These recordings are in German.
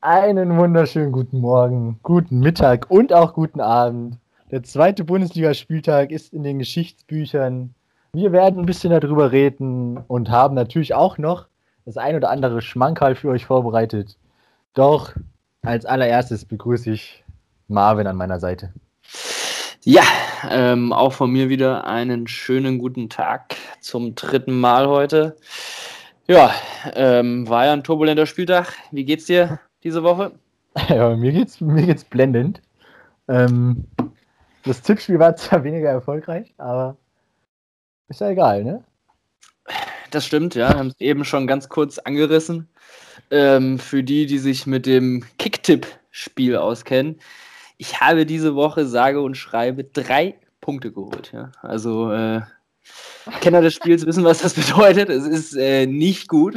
Einen wunderschönen guten Morgen, guten Mittag und auch guten Abend. Der zweite Bundesligaspieltag ist in den Geschichtsbüchern. Wir werden ein bisschen darüber reden und haben natürlich auch noch das ein oder andere Schmankerl für euch vorbereitet. Doch als allererstes begrüße ich Marvin an meiner Seite. Ja, auch von mir wieder einen schönen guten Tag zum dritten Mal heute. Ja, war ja ein turbulenter Spieltag. Wie geht's dir diese Woche? Ja, mir geht's blendend. Das Tippspiel war zwar weniger erfolgreich, aber ist ja egal, ne? Das stimmt, ja, wir haben es eben schon ganz kurz angerissen. Für die sich mit dem Kicktipp-Spiel auskennen, ich habe diese Woche sage und schreibe 3 Punkte geholt. Ja? Also Kenner des Spiels wissen, was das bedeutet. Es ist nicht gut.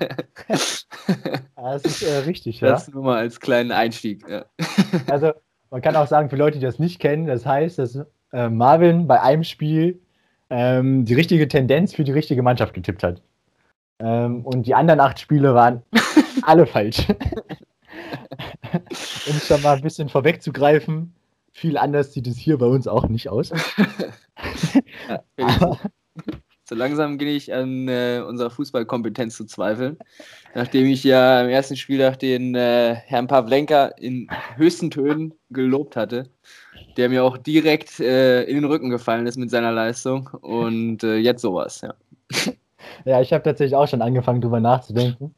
Das ist richtig, ja. Das nur mal als kleinen Einstieg. Ja. Also man kann auch sagen, für Leute, die das nicht kennen, das heißt, dass Marvin bei einem Spiel die richtige Tendenz für die richtige Mannschaft getippt hat. Und die anderen 8 Spiele waren alle falsch. Um schon mal ein bisschen vorwegzugreifen, viel anders sieht es hier bei uns auch nicht aus. Ja, so langsam gehe ich an unserer Fußballkompetenz zu zweifeln. Nachdem ich ja am ersten Spieltag den Herrn Pavlenka in höchsten Tönen gelobt hatte, der mir auch direkt in den Rücken gefallen ist mit seiner Leistung. Und jetzt sowas, ja. Ja, ich habe tatsächlich auch schon angefangen, drüber nachzudenken.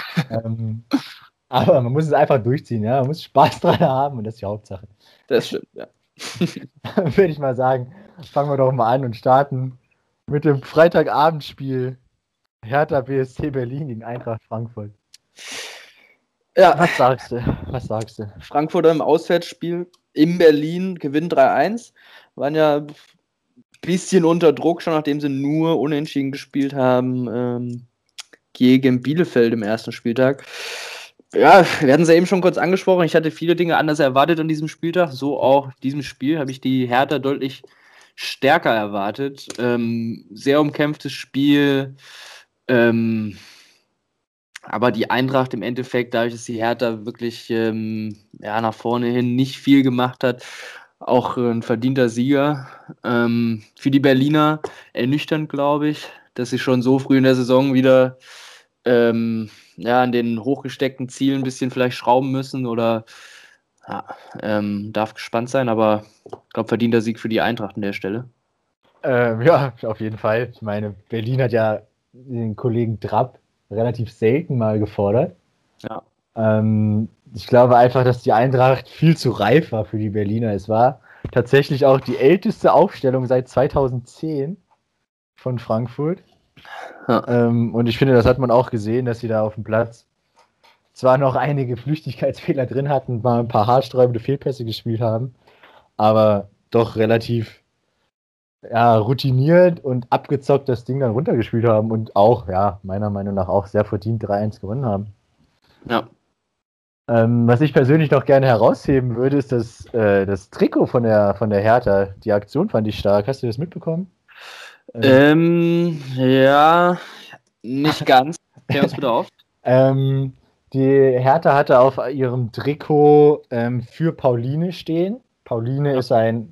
Aber man muss es einfach durchziehen, ja. Man muss Spaß dran haben und das ist die Hauptsache. Das stimmt, ja. Würde ich mal sagen, fangen wir doch mal an und starten mit dem Freitagabendspiel Hertha BSC Berlin gegen Eintracht Frankfurt. Ja. Was sagst du? Frankfurter im Auswärtsspiel in Berlin gewinnt 3-1. Waren ja ein bisschen unter Druck, schon nachdem sie nur unentschieden gespielt haben gegen Bielefeld im ersten Spieltag. Ja, wir hatten es ja eben schon kurz angesprochen. Ich hatte viele Dinge anders erwartet an diesem Spieltag. So auch in diesem Spiel habe ich die Hertha deutlich stärker erwartet. Sehr umkämpftes Spiel. Aber die Eintracht im Endeffekt, dadurch, dass die Hertha wirklich nach vorne hin nicht viel gemacht hat, auch ein verdienter Sieger. Für die Berliner ernüchternd, glaube ich, dass sie schon so früh in der Saison wieder an den hochgesteckten Zielen ein bisschen vielleicht schrauben müssen oder darf gespannt sein, aber ich glaube, verdienter Sieg für die Eintracht an der Stelle. Ja, auf jeden Fall. Ich meine, Berlin hat ja den Kollegen Trapp relativ selten mal gefordert. Ja. Ich glaube einfach, dass die Eintracht viel zu reif war für die Berliner. Es war tatsächlich auch die älteste Aufstellung seit 2010 von Frankfurt. Ja. Und ich finde, das hat man auch gesehen, dass sie da auf dem Platz zwar noch einige Flüchtigkeitsfehler drin hatten, mal ein paar haarsträubende Fehlpässe gespielt haben, aber doch relativ routiniert und abgezockt das Ding dann runtergespielt haben und auch, meiner Meinung nach auch sehr verdient 3-1 gewonnen haben. Ja. Was ich persönlich noch gerne herausheben würde, ist das Trikot von der Hertha. Die Aktion fand ich stark. Hast du das mitbekommen? Ja, nicht ganz. Klär uns bitte auf. Die Hertha hatte auf ihrem Trikot für Pauline stehen. Pauline ist ein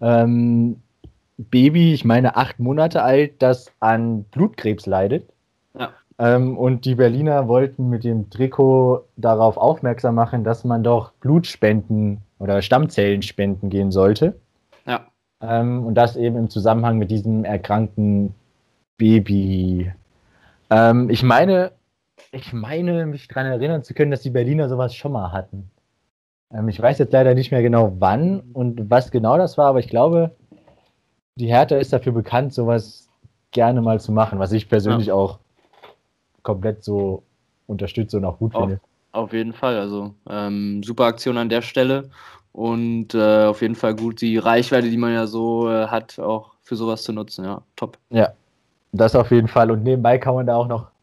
Baby, ich meine 8 Monate alt, das an Blutkrebs leidet. Ja. Und die Berliner wollten mit dem Trikot darauf aufmerksam machen, dass man doch Blutspenden oder Stammzellen spenden gehen sollte. Ja. Und das eben im Zusammenhang mit diesem erkrankten Baby. Ich meine, mich daran erinnern zu können, dass die Berliner sowas schon mal hatten. Ich weiß jetzt leider nicht mehr genau wann und was genau das war, aber ich glaube, die Hertha ist dafür bekannt, sowas gerne mal zu machen, was ich persönlich auch komplett so unterstütze und auch gut finde. Auf jeden Fall, also super Aktion an der Stelle und auf jeden Fall gut, die Reichweite, die man ja so hat, auch für sowas zu nutzen, ja, top. Ja, das auf jeden Fall und nebenbei kann man da auch noch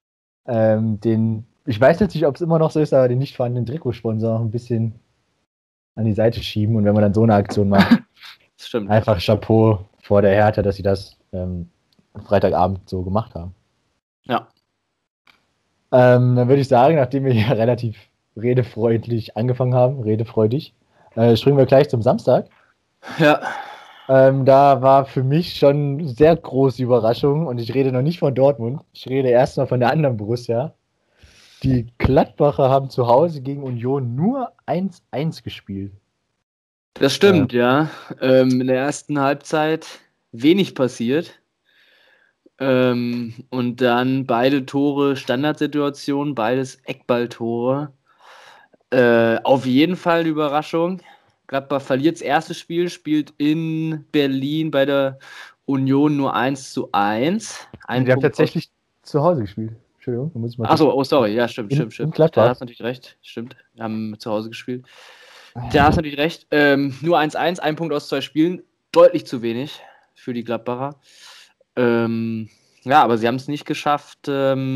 ich weiß jetzt nicht, ob es immer noch so ist, aber den nicht vorhandenen Trikotsponsor ein bisschen an die Seite schieben und wenn man dann so eine Aktion macht, das stimmt. Einfach Chapeau vor der Hertha, dass sie das Freitagabend so gemacht haben. Ja. Dann würde ich sagen, nachdem wir hier relativ redefreundlich angefangen haben, redefreudig, springen wir gleich zum Samstag. Ja. Da war für mich schon sehr große Überraschung und ich rede noch nicht von Dortmund, ich rede erstmal von der anderen Borussia. Die Gladbacher haben zu Hause gegen Union nur 1-1 gespielt. Das stimmt, ja. In der ersten Halbzeit wenig passiert. Und dann beide Tore Standardsituation, beides Eckballtore. Auf jeden Fall eine Überraschung. Gladbach verliert das erste Spiel, spielt in Berlin bei der Union nur 1-1. Die haben tatsächlich zu Hause gespielt. Entschuldigung, da muss ich mal Achso, oh sorry, ja, stimmt. in Gladbach. Da hast du natürlich recht, stimmt. Wir haben zu Hause gespielt. Da hast du natürlich recht. Nur 1-1, ein Punkt aus 2 Spielen. Deutlich zu wenig für die Gladbacher. Ja, aber sie haben es nicht geschafft,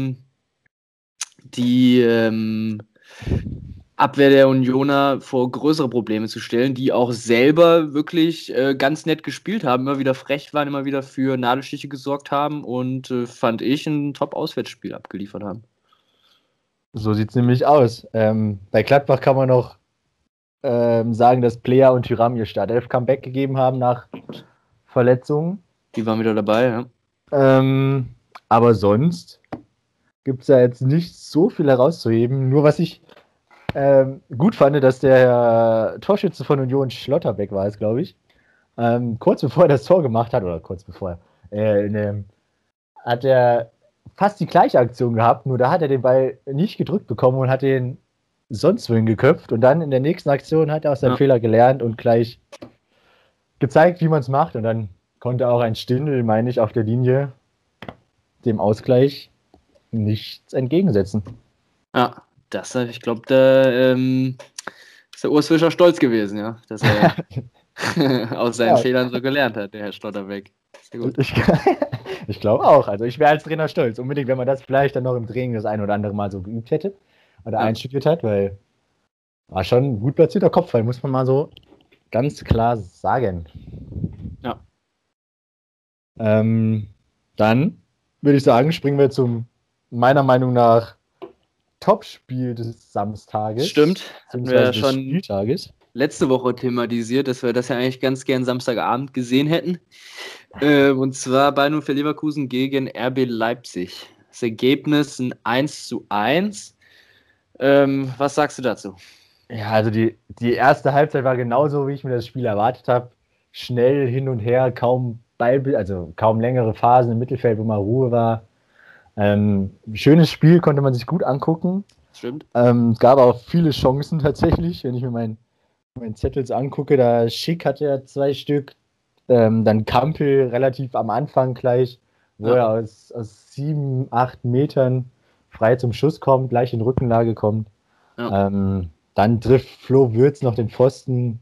die Abwehr der Unioner vor größere Probleme zu stellen, die auch selber wirklich ganz nett gespielt haben, immer wieder frech waren, immer wieder für Nadelstiche gesorgt haben und fand ich ein Top-Auswärtsspiel abgeliefert haben. So sieht es nämlich aus. Bei Gladbach kann man noch sagen, dass Player und Thuram ihr Startelf-Comeback gegeben haben nach Verletzungen. Die waren wieder dabei, ja. Aber sonst gibt es da jetzt nicht so viel herauszuheben. Nur was ich gut fand, dass der Torschütze von Union Schlotterbeck war es, glaube ich. Kurz bevor er das Tor gemacht hat, oder kurz bevor, hat er fast die gleiche Aktion gehabt, nur da hat er den Ball nicht gedrückt bekommen und hat den sonst wohin geköpft. Und dann in der nächsten Aktion hat er aus seinem Fehler gelernt und gleich gezeigt, wie man es macht. Und dann konnte auch ein Stindl, meine ich, auf der Linie dem Ausgleich nichts entgegensetzen. Ja, ich glaube, da ist der Urs Fischer stolz gewesen, ja, dass er aus seinen Fehlern so gelernt hat, der Herr Schlotterbeck. Sehr gut. Ich glaube auch. Also ich wäre als Trainer stolz. Unbedingt, wenn man das vielleicht dann noch im Training das ein oder andere Mal so geübt hätte oder einstudiert hat, weil war schon ein gut platzierter Kopfball, muss man mal so ganz klar sagen. Ja. Dann würde ich sagen, springen wir zum meiner Meinung nach Topspiel des Samstages. Stimmt, hatten wir ja schon Spieltages. Letzte Woche thematisiert, dass wir das ja eigentlich ganz gern Samstagabend gesehen hätten. Und zwar Bayern für Leverkusen gegen RB Leipzig. Das Ergebnis ein 1-1. Was sagst du dazu? Ja, also die erste Halbzeit war genauso, wie ich mir das Spiel erwartet habe. Schnell hin und her, kaum längere Phasen im Mittelfeld, wo mal Ruhe war. Schönes Spiel, konnte man sich gut angucken. Stimmt. Es gab auch viele Chancen tatsächlich, wenn ich mir meinen Zettel so angucke. Da Schick hatte ja 2 Stück. Dann Kampel relativ am Anfang gleich, wo er aus 7, 8 Metern frei zum Schuss kommt, gleich in Rückenlage kommt. Ja. Dann trifft Flo Würz noch den Pfosten.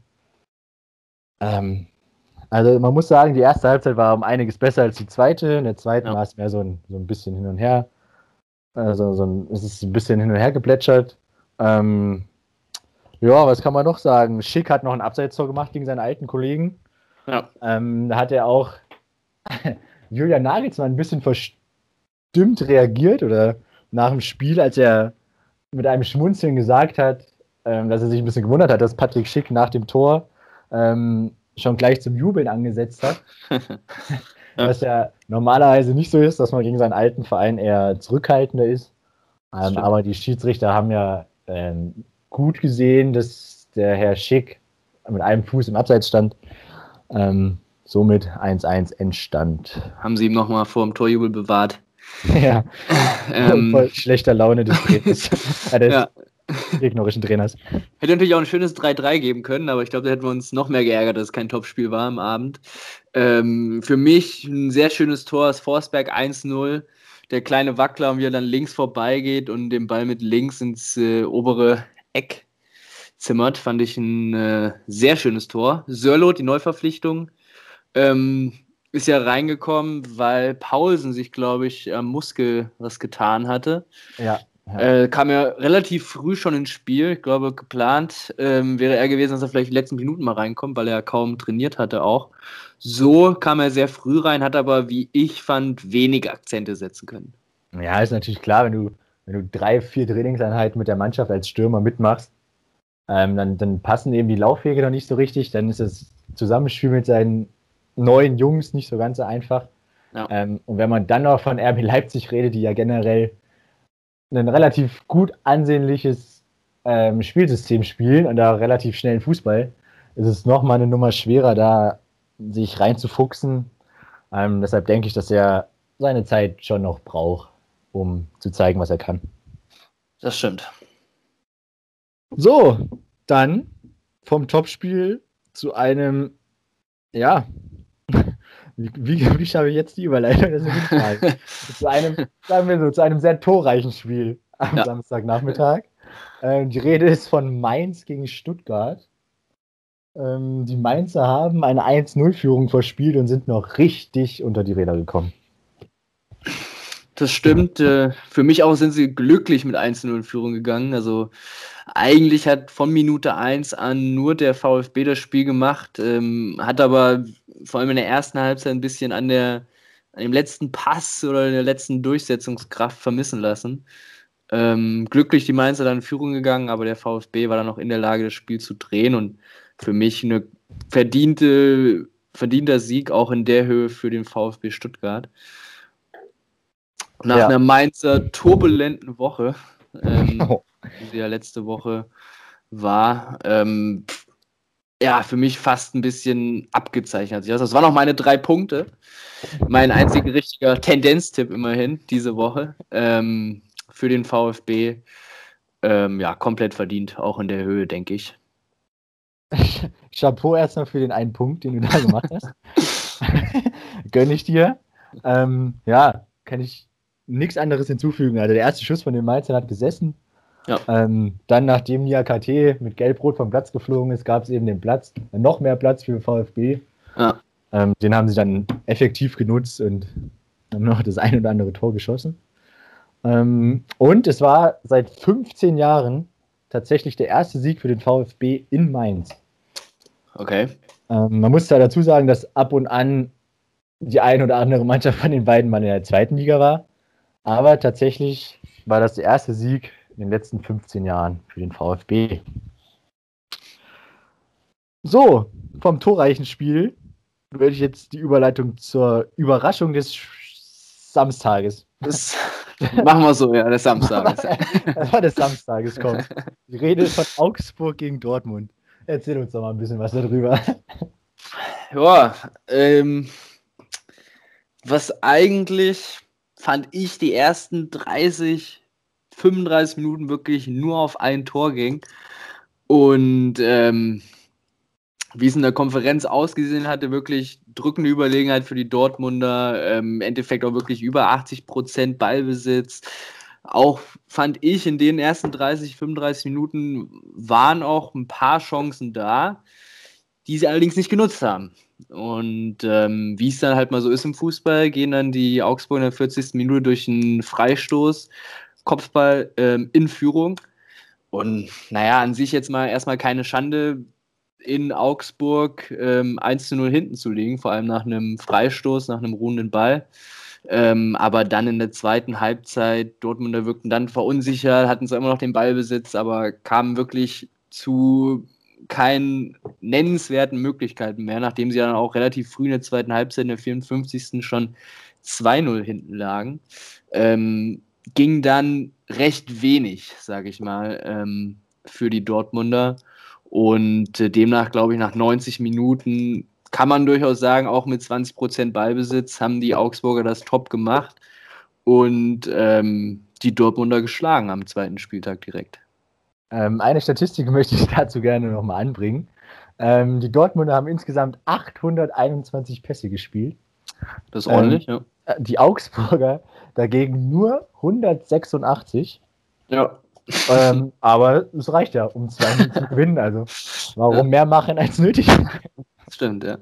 Also man muss sagen, die erste Halbzeit war um einiges besser als die zweite. In der zweiten war es mehr so ein bisschen hin und her. Also es ist ein bisschen hin und her geplätschert. Ja, was kann man noch sagen? Schick hat noch ein Abseitstor gemacht gegen seinen alten Kollegen. Ja. Da hat er auch Julian Nagelsmann ein bisschen verstimmt reagiert oder nach dem Spiel, als er mit einem Schmunzeln gesagt hat, dass er sich ein bisschen gewundert hat, dass Patrick Schick nach dem Tor schon gleich zum Jubeln angesetzt hat. Was ja normalerweise nicht so ist, dass man gegen seinen alten Verein eher zurückhaltender ist. Aber die Schiedsrichter haben ja gut gesehen, dass der Herr Schick mit einem Fuß im Abseits stand. Somit 1-1 Endstand. Haben sie ihm nochmal vor dem Torjubel bewahrt. Ja, voll schlechter Laune des Trainers. des gegnerischen Trainers. Hätte natürlich auch ein schönes 3-3 geben können, aber ich glaube, da hätten wir uns noch mehr geärgert, dass es kein Topspiel war am Abend. Für mich ein sehr schönes Tor, das Forsberg 1-0. Der kleine Wackler, und wie er dann links vorbeigeht und den Ball mit links ins obere Eck zimmert, fand ich ein sehr schönes Tor. Sörloth, die Neuverpflichtung, ist ja reingekommen, weil Paulsen sich, glaube ich, am Muskel was getan hatte. Ja. Kam ja relativ früh schon ins Spiel. Ich glaube, geplant wäre er gewesen, dass er vielleicht die letzten Minuten mal reinkommt, weil er kaum trainiert hatte auch. So kam er sehr früh rein, hat aber, wie ich fand, wenig Akzente setzen können. Ja, ist natürlich klar, wenn du wenn du 3, 4 Trainingseinheiten mit der Mannschaft als Stürmer mitmachst, dann passen eben die Laufwege noch nicht so richtig, dann ist das Zusammenspiel mit seinen neuen Jungs nicht so ganz so einfach. Ja. Und wenn man dann noch von RB Leipzig redet, die ja generell ein relativ gut ansehnliches Spielsystem spielen und da relativ schnellen Fußball, ist es nochmal eine Nummer schwerer, da sich reinzufuchsen. Deshalb denke ich, dass er seine Zeit schon noch braucht, um zu zeigen, was er kann. Das stimmt. So, dann vom Topspiel zu einem, ja, wie schaffe ich jetzt die Überleitung? Das ist eine gute Frage. Zu einem, sagen wir so, zu einem sehr torreichen Spiel am Samstagnachmittag. Die Rede ist von Mainz gegen Stuttgart. Die Mainzer haben eine 1-0-Führung verspielt und sind noch richtig unter die Räder gekommen. Das stimmt. Für mich auch sind sie glücklich mit 1-0 in Führung gegangen. Also eigentlich hat von Minute 1 an nur der VfB das Spiel gemacht, hat aber vor allem in der ersten Halbzeit ein bisschen an dem letzten Pass oder der letzten Durchsetzungskraft vermissen lassen. Glücklich die Mainzer dann in Führung gegangen, aber der VfB war dann noch in der Lage, das Spiel zu drehen und für mich eine verdienter Sieg auch in der Höhe für den VfB Stuttgart. Nach einer Mainzer turbulenten Woche, die ja letzte Woche war, für mich fast ein bisschen abgezeichnet. Das waren auch meine 3 Punkte. Mein einziger richtiger Tendenztipp immerhin diese Woche für den VfB. Komplett verdient, auch in der Höhe, denke ich. Chapeau erstmal für den einen Punkt, den du da gemacht hast. Gönne ich dir. Kann ich nichts anderes hinzufügen. Also der erste Schuss von den Mainzern hat gesessen. Ja. Dann, nachdem Niakate mit Gelb-Rot vom Platz geflogen ist, gab es eben den Platz, noch mehr Platz für den VfB. Ja. Den haben sie dann effektiv genutzt und haben noch das ein oder andere Tor geschossen. Und es war seit 15 Jahren tatsächlich der erste Sieg für den VfB in Mainz. Okay. Man muss da dazu sagen, dass ab und an die ein oder andere Mannschaft von den beiden mal in der zweiten Liga war. Aber tatsächlich war das der erste Sieg in den letzten 15 Jahren für den VfB. So, vom torreichen Spiel würde ich jetzt die Überleitung zur Überraschung des Samstages. Das machen wir so, ja, des Samstages. Das war des Samstages, komm. Die Rede ist von Augsburg gegen Dortmund. Erzähl uns doch mal ein bisschen was darüber. Ja, was eigentlich, fand ich, die ersten 35 Minuten wirklich nur auf ein Tor ging. Und wie es in der Konferenz ausgesehen hatte, wirklich drückende Überlegenheit für die Dortmunder, im Endeffekt auch wirklich über 80% Ballbesitz. Auch fand ich, in den ersten 35 Minuten waren auch ein paar Chancen da, die sie allerdings nicht genutzt haben. Und wie es dann halt mal so ist im Fußball, gehen dann die Augsburger in der 40. Minute durch einen Freistoß, Kopfball in Führung. Und naja, an sich jetzt mal erstmal keine Schande, in Augsburg 1-0 hinten zu liegen, vor allem nach einem Freistoß, nach einem ruhenden Ball. Aber dann in der zweiten Halbzeit, Dortmunder wirkten dann verunsichert, hatten zwar immer noch den Ballbesitz, aber kamen wirklich zu keinen nennenswerten Möglichkeiten mehr, nachdem sie dann auch relativ früh in der zweiten Halbzeit, in der 54. schon 2-0 hinten lagen. Ging dann recht wenig, sage ich mal, für die Dortmunder. Und demnach, glaube ich, nach 90 Minuten kann man durchaus sagen, auch mit 20% Ballbesitz haben die Augsburger das top gemacht und die Dortmunder geschlagen am zweiten Spieltag direkt. Eine Statistik möchte ich dazu gerne nochmal anbringen. Die Dortmunder haben insgesamt 821 Pässe gespielt. Das ist ordentlich, ja. Die Augsburger dagegen nur 186. Ja. Aber es reicht ja, um 2-0 zu gewinnen. Also warum mehr machen als nötig? Das stimmt, ja.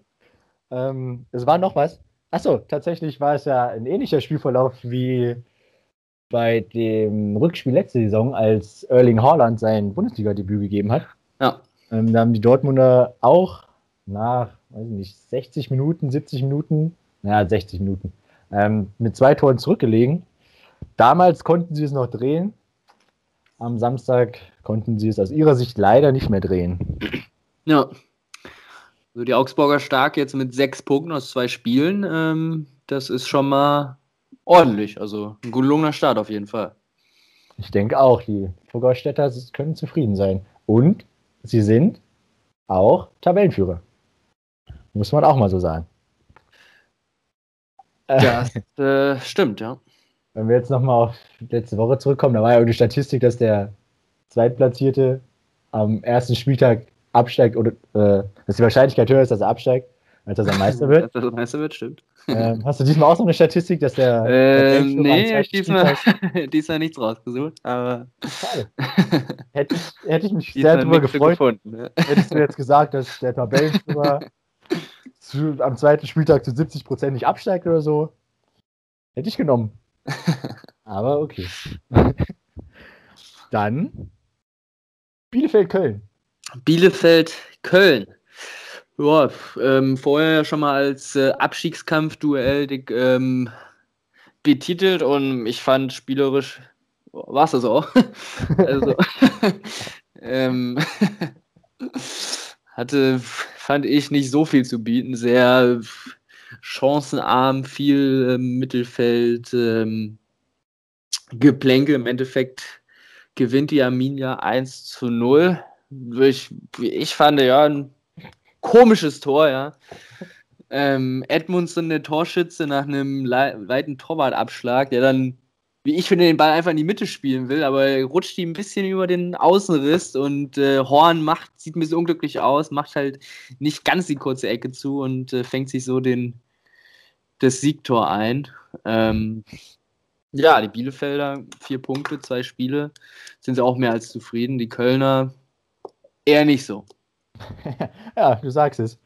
Es war noch was. Achso, tatsächlich war es ja ein ähnlicher Spielverlauf wie bei dem Rückspiel letzte Saison, als Erling Haaland sein Bundesliga-Debüt gegeben hat. Ja. Da haben die Dortmunder auch nach, 60 Minuten, 70 Minuten, 60 Minuten, mit 2 Toren zurückgelegen. damals konnten sie es noch drehen. Am Samstag konnten sie es aus ihrer Sicht leider nicht mehr drehen. Ja. Also die Augsburger stark jetzt mit 6 Punkten aus 2 Spielen. Das ist schon mal ordentlich. Also ein gelungener Start auf jeden Fall. Ich denke auch, die Furgaustädter können zufrieden sein. Und sie sind auch Tabellenführer. Muss man auch mal so sagen. Das stimmt, ja. Wenn wir jetzt nochmal auf letzte Woche zurückkommen, da war ja die Statistik, dass der Zweitplatzierte am ersten Spieltag absteigt oder dass die Wahrscheinlichkeit höher ist, dass er absteigt, als dass er Meister wird. Dass er Meister wird, stimmt. Hast du diesmal auch so eine Statistik, dass der nee, diesmal nichts rausgesucht, aber schade. Hätte ich mich sehr darüber gefreut, gefunden, ja. Hättest du jetzt gesagt, dass der Tabellenführer am zweiten Spieltag zu 70% nicht absteigt oder so, hätte ich genommen. Aber okay. Dann Bielefeld-Köln. Bielefeld-Köln. Ja, vorher schon mal als Abstiegskampfduell betitelt und ich fand spielerisch war es das auch. Also, fand ich nicht so viel zu bieten. Sehr chancenarm, viel Mittelfeld, Geplänkel. Im Endeffekt gewinnt die Arminia 1-0. Ich fand, ja, ein komisches Tor, ja. Edmundson, der Torschütze, nach einem weiten Torwartabschlag, der dann, wie ich finde, den Ball einfach in die Mitte spielen will, aber er rutscht ihm ein bisschen über den Außenriss und Horn sieht ein bisschen unglücklich aus, macht halt nicht ganz die kurze Ecke zu und fängt sich so das Siegtor ein. Ja, die Bielefelder 4 Punkte, 2 Spiele, sind sie auch mehr als zufrieden. Die Kölner eher nicht so. Ja, du sagst es.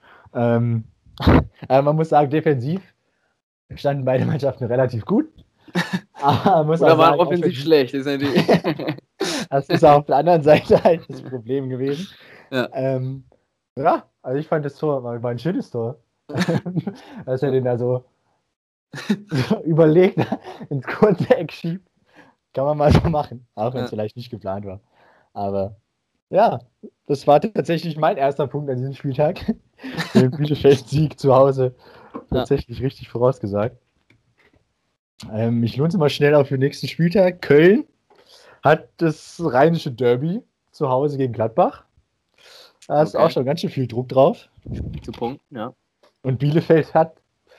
Aber man muss sagen, defensiv standen beide Mannschaften relativ gut. Aber muss Oder waren offensiv schlecht. Ist natürlich das ist auf der anderen Seite halt das Problem gewesen. Ja, ja, also ich fand das Tor war ein schönes Tor. Dass er den da so überlegt ins kurze Eck schiebt. Kann man mal so machen. Auch wenn es vielleicht nicht geplant war. Aber ja, das war tatsächlich mein erster Punkt an diesem Spieltag. Den Bielefeld-Sieg zu Hause tatsächlich richtig vorausgesagt. Ich lohne es mal schnell auf den nächsten Spieltag. Köln hat das rheinische Derby zu Hause gegen Gladbach. Da ist auch schon ganz schön viel Druck drauf. Zu punkten, ja. Und Bielefeld hat,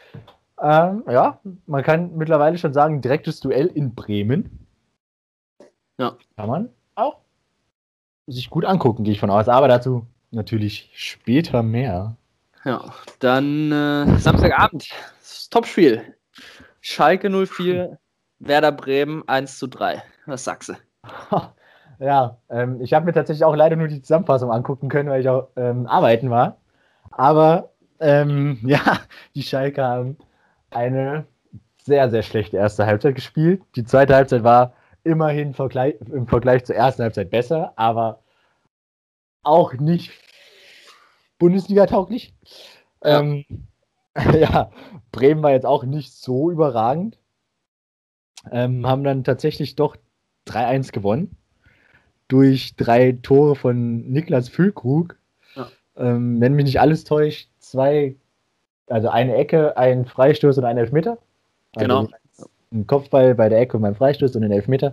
ja, man kann mittlerweile schon sagen, ein direktes Duell in Bremen. Ja. Kann man auch sich gut angucken, gehe ich von aus. Aber dazu natürlich später mehr. Ja, dann Samstagabend, das Topspiel. Schalke 04, Werder Bremen 1-3. Was sagst du? Ja, ich habe mir tatsächlich auch leider nur die Zusammenfassung angucken können, weil ich auch arbeiten war. Aber ja, die Schalke haben eine sehr, sehr schlechte erste Halbzeit gespielt. Die zweite Halbzeit war immerhin im Vergleich zur ersten Halbzeit besser, aber auch nicht Bundesliga-tauglich. Ja. Ja, Bremen war jetzt auch nicht so überragend. Haben dann tatsächlich doch 3-1 gewonnen. Durch 3 Tore von Niklas Füllkrug. Ja. Wenn mich nicht alles täuscht, also eine Ecke, ein Freistoß und ein Elfmeter. Genau. Also ein Kopfball bei der Ecke und beim Freistoß und ein Elfmeter.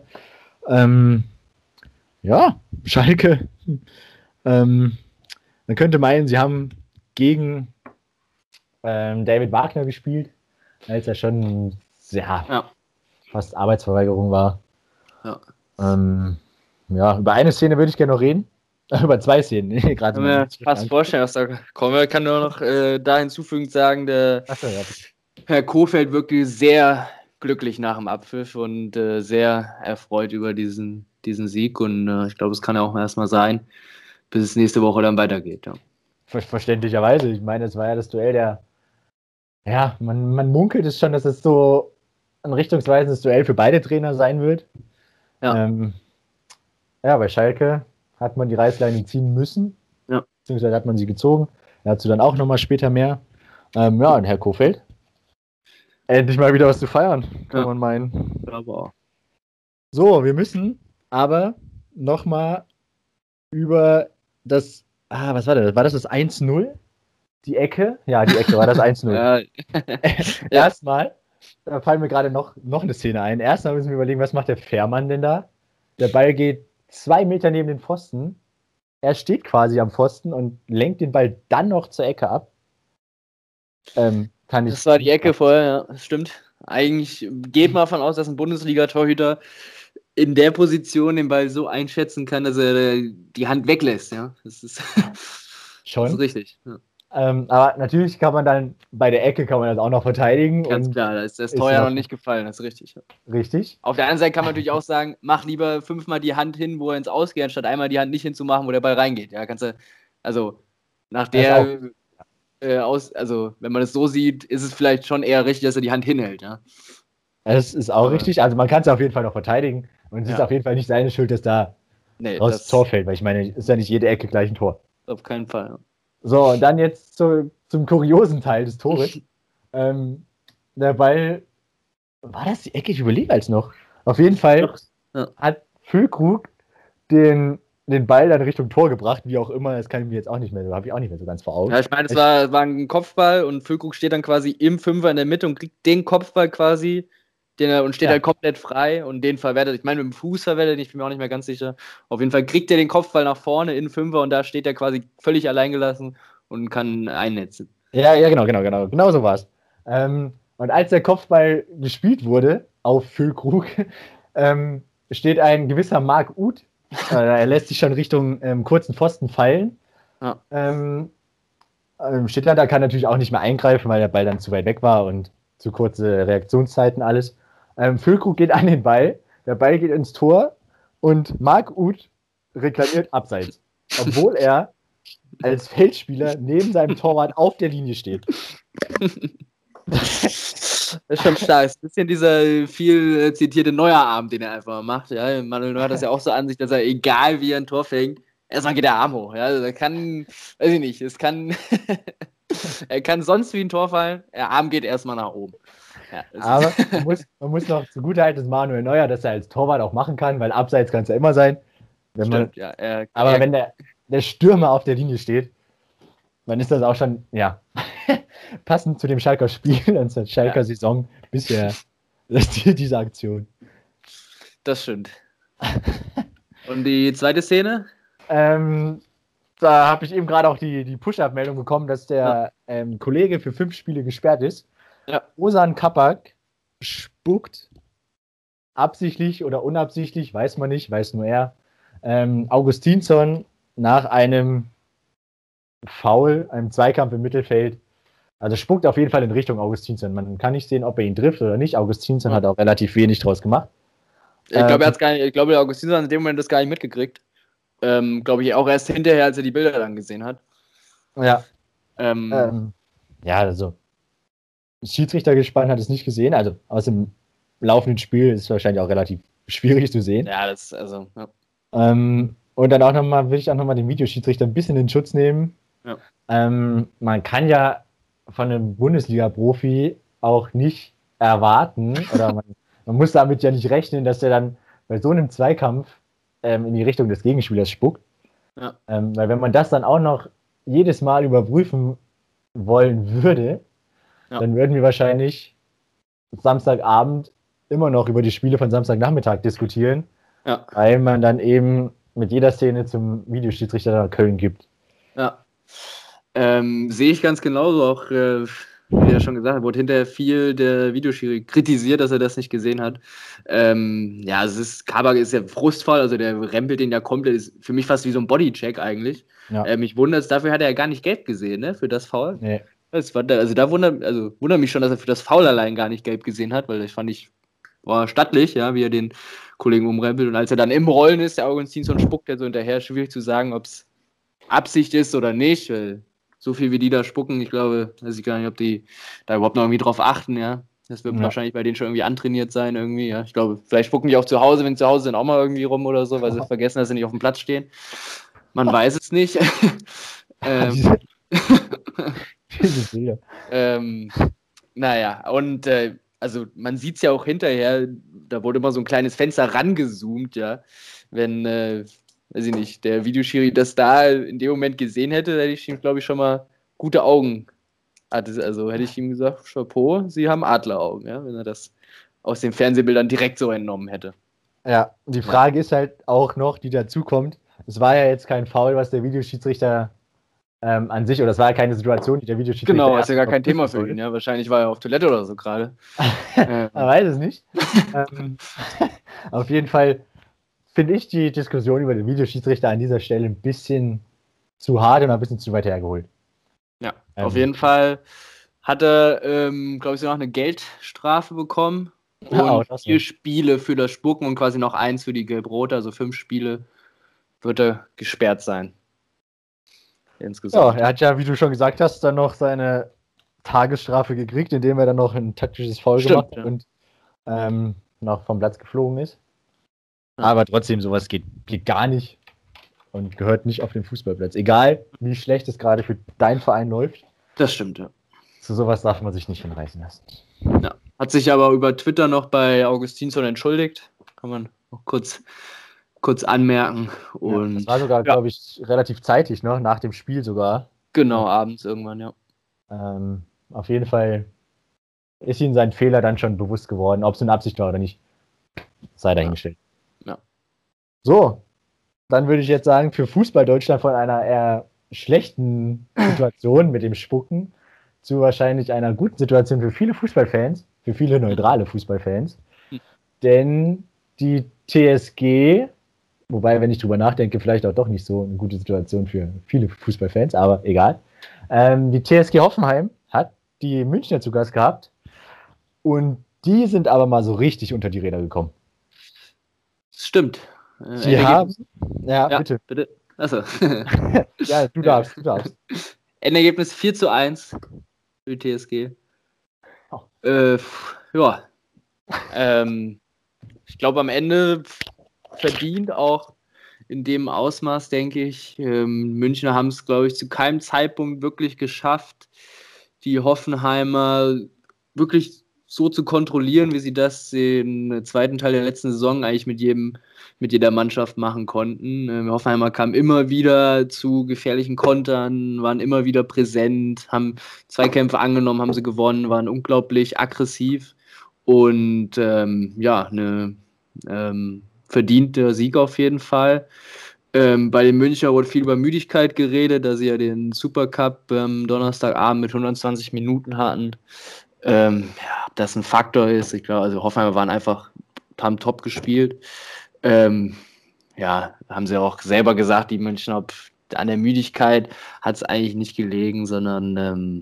Ja, Schalke. Man könnte meinen, sie haben gegen David Wagner gespielt, als er schon fast Arbeitsverweigerung war. Ja. Ja, über eine Szene würde ich gerne noch reden. Über 2 Szenen. Ich kann mir fast vorstellen, was da kommt. Ich kann nur noch da hinzufügend sagen, der Herr Kohfeldt wirkte sehr glücklich nach dem Abpfiff und sehr erfreut über diesen Sieg. Und ich glaube, es kann ja auch erstmal sein, bis es nächste Woche dann weitergeht. Ja. Verständlicherweise. Ich meine, es war ja das Duell man munkelt es schon, dass es so ein richtungsweisendes Duell für beide Trainer sein wird. Ja. Bei Schalke hat man die Reißleine ziehen müssen. Ja. Beziehungsweise hat man sie gezogen. Dazu dann auch nochmal später mehr. Und Herr Kohfeldt. Endlich mal wieder was zu feiern, kann man meinen. Aber So, wir müssen aber nochmal über das. Was war das? War das 1-0? Die Ecke? Ja, die Ecke war das 1-0. Ja. Ja. Erstmal, da fallen mir gerade noch eine Szene ein. Erstmal müssen wir überlegen, was macht der Fährmann denn da? Der Ball geht 2 Meter neben den Pfosten. Er steht quasi am Pfosten und lenkt den Ball dann noch zur Ecke ab. Das war die Ecke vorher, ja, das stimmt. Eigentlich geht man davon aus, dass ein Bundesliga-Torhüter in der Position den Ball so einschätzen kann, dass er die Hand weglässt, ja. Das ist schon. Das ist richtig. Ja. Aber natürlich kann man dann bei der Ecke kann man das auch noch verteidigen. Ganz klar, da ist das Tor ja noch nicht gefallen, das ist richtig. Ja. Richtig. Auf der anderen Seite kann man natürlich auch sagen, mach lieber 5-mal die Hand hin, wo er ins Ausgeht, anstatt einmal die Hand nicht hinzumachen, wo der Ball reingeht. Ja, kannst du, also nach der also wenn man es so sieht, ist es vielleicht schon eher richtig, dass er die Hand hinhält, ja. Das ist auch richtig. Also man kann es auf jeden Fall noch verteidigen. Und es ist auf jeden Fall nicht seine Schuld, dass da das Tor fällt, weil ich meine, ist ja nicht jede Ecke gleich ein Tor. Auf keinen Fall. Ja. So, und dann jetzt zum kuriosen Teil des Tores. Der Ball, war das die Ecke? Ich überlege als noch. Auf jeden Fall hat Füllkrug den Ball dann Richtung Tor gebracht, wie auch immer, das kann ich mir jetzt auch nicht mehr, habe ich auch nicht mehr so ganz vor Augen. Ja, ich meine, es war ein Kopfball und Füllkrug steht dann quasi im Fünfer in der Mitte und kriegt den Kopfball quasi und steht halt komplett frei und den verwertet. Ich meine, mit dem Fuß verwertet, ich bin mir auch nicht mehr ganz sicher. Auf jeden Fall kriegt er den Kopfball nach vorne in den Fünfer und da steht er quasi völlig alleingelassen und kann einnetzen. Ja, genau so war es. Und als der Kopfball gespielt wurde auf Füllkrug, steht ein gewisser Marc Uth. Er lässt sich schon Richtung kurzen Pfosten fallen. Ja. Schindler kann natürlich auch nicht mehr eingreifen, weil der Ball dann zu weit weg war und zu kurze Reaktionszeiten alles. Füllkrug geht an den Ball, der Ball geht ins Tor und Marc Uth reklamiert Abseits, obwohl er als Feldspieler neben seinem Torwart auf der Linie steht. Das ist schon stark. Das ist ein bisschen dieser viel zitierte Neuer-Arm, den er einfach macht. Ja? Manuel Neuer hat das ja auch so an sich, dass er, egal wie er ein Tor fängt, erstmal geht der Arm hoch. Ja? Also er kann, weiß ich nicht, er kann sonst wie ein Tor fallen, der Arm geht erstmal nach oben. Ja, aber man muss noch zugutehalten, dass Manuel Neuer, dass er als Torwart auch machen kann, weil Abseits kann es ja immer sein. Wenn der Stürmer auf der Linie steht, dann ist das auch schon, passend zu dem Schalker Spiel und zur Schalker Saison bisher diese Aktion. Das stimmt. Und die zweite Szene? Da habe ich eben gerade auch die Push-Up-Meldung bekommen, dass der Kollege für 5 Spiele gesperrt ist. Ja. Ozan Kabak spuckt absichtlich oder unabsichtlich, weiß man nicht, weiß nur er, Augustinsson nach einem Foul, einem Zweikampf im Mittelfeld. Also spuckt auf jeden Fall in Richtung Augustinsson. Man kann nicht sehen, ob er ihn trifft oder nicht. Augustinsson hat auch relativ wenig draus gemacht. Ich glaube, der Augustinsson hat in dem Moment das gar nicht mitgekriegt. Glaube ich auch erst hinterher, als er die Bilder dann gesehen hat. Ja. Also Schiedsrichter gespannt hat es nicht gesehen. Also aus dem laufenden Spiel ist es wahrscheinlich auch relativ schwierig zu sehen. Ja, das also. Ja. Und dann auch nochmal, will ich auch nochmal den Videoschiedsrichter ein bisschen in Schutz nehmen. Ja. Man kann ja von einem Bundesliga-Profi auch nicht erwarten, oder man muss damit ja nicht rechnen, dass er dann bei so einem Zweikampf in die Richtung des Gegenspielers spuckt. Ja. Weil wenn man das dann auch noch jedes Mal überprüfen wollen würde, dann würden wir wahrscheinlich Samstagabend immer noch über die Spiele von Samstagnachmittag diskutieren, weil man dann eben mit jeder Szene zum Videoschiedsrichter nach Köln gibt. Ja. Sehe ich ganz genauso, auch wie er schon gesagt hat, wurde hinterher viel der Videoschiri kritisiert, dass er das nicht gesehen hat. Kabak ist ja frustvoll, also der rempelt den ja komplett, ist für mich fast wie so ein Bodycheck eigentlich. Ja. Mich wundert es, dafür hat er ja gar nicht gelb gesehen, ne, für das Foul. Nee. Wundert mich schon, dass er für das Foul allein gar nicht gelb gesehen hat, weil das fand ich stattlich, ja, wie er den Kollegen umrempelt. Und als er dann im Rollen ist, der Augustinsson spuckt er so hinterher, schwierig zu sagen, ob es Absicht ist oder nicht, weil so viel wie die da spucken, ich glaube, weiß ich gar nicht, ob die da überhaupt noch irgendwie drauf achten, ja. Das wird wahrscheinlich bei denen schon irgendwie antrainiert sein, irgendwie, ja. Ich glaube, vielleicht spucken die auch zu Hause, wenn sie zu Hause sind, auch mal irgendwie rum oder so, weil sie vergessen, dass sie nicht auf dem Platz stehen. Man weiß es nicht. Naja, und also man sieht es ja auch hinterher, da wurde immer so ein kleines Fenster rangezoomt, ja. Wenn, weiß ich nicht, der Videoschiri das da in dem Moment gesehen hätte, hätte ich ihm, glaube ich, schon mal gute Augen. Also hätte ich ihm gesagt, Chapeau, Sie haben Adleraugen, ja, wenn er das aus den Fernsehbildern direkt so entnommen hätte. Ja, die Frage ist halt auch noch, die dazukommt. Es war ja jetzt kein Foul, was der Videoschiedsrichter an sich, oder es war ja keine Situation, die der Videoschiedsrichter. Genau, ist ja gar kein Thema für ihn, ja. Wahrscheinlich war er auf Toilette oder so gerade. Man weiß es nicht. Auf jeden Fall finde ich die Diskussion über den Videoschiedsrichter an dieser Stelle ein bisschen zu hart und ein bisschen zu weit hergeholt. Ja, auf jeden Fall hat er, glaube ich, so noch eine Geldstrafe bekommen und 4 Spiele für das Spucken und quasi noch 1 für die Gelb-Rote, also 5 Spiele wird er gesperrt sein. Insgesamt. Ja, er hat ja, wie du schon gesagt hast, dann noch seine Tagesstrafe gekriegt, indem er dann noch ein taktisches Foul gemacht hat und noch vom Platz geflogen ist. Ja. Aber trotzdem, sowas geht gar nicht und gehört nicht auf den Fußballplatz. Egal, wie schlecht es gerade für deinen Verein läuft. Das stimmt, ja. Zu sowas darf man sich nicht hinreißen lassen. Ja. Hat sich aber über Twitter noch bei Augustinsson entschuldigt. Kann man noch kurz anmerken. Und das war sogar, glaube ich, relativ zeitig, ne? Nach dem Spiel sogar. Genau, abends irgendwann, ja. Auf jeden Fall ist ihm sein Fehler dann schon bewusst geworden. Ob es eine Absicht war oder nicht, sei dahingestellt. Ja. So, dann würde ich jetzt sagen, für Fußball Deutschland von einer eher schlechten Situation mit dem Spucken zu wahrscheinlich einer guten Situation für viele Fußballfans, für viele neutrale Fußballfans. Denn die TSG, wobei, wenn ich drüber nachdenke, vielleicht auch doch nicht so eine gute Situation für viele Fußballfans, aber egal. Die TSG Hoffenheim hat die Münchner zu Gast gehabt und die sind aber mal so richtig unter die Räder gekommen. Das stimmt. Sie haben... Ja, bitte. Achso. Ja, du darfst. Endergebnis 4:1 für die TSG. Oh. Ja. Ich glaube, am Ende verdient auch in dem Ausmaß, denke ich. Münchner haben es, glaube ich, zu keinem Zeitpunkt wirklich geschafft, die Hoffenheimer wirklich so zu kontrollieren, wie sie das im zweiten Teil der letzten Saison eigentlich mit jeder Mannschaft machen konnten. Hoffenheimer kamen immer wieder zu gefährlichen Kontern, waren immer wieder präsent, haben Zweikämpfe angenommen, haben sie gewonnen, waren unglaublich aggressiv und eine verdienter Sieg auf jeden Fall. Bei den Münchner wurde viel über Müdigkeit geredet, da sie ja den Supercup Donnerstagabend mit 120 Minuten hatten. Ob das ein Faktor ist, ich glaube, also Hoffenheim haben top gespielt. Haben sie auch selber gesagt, die Münchner, an der Müdigkeit hat es eigentlich nicht gelegen, sondern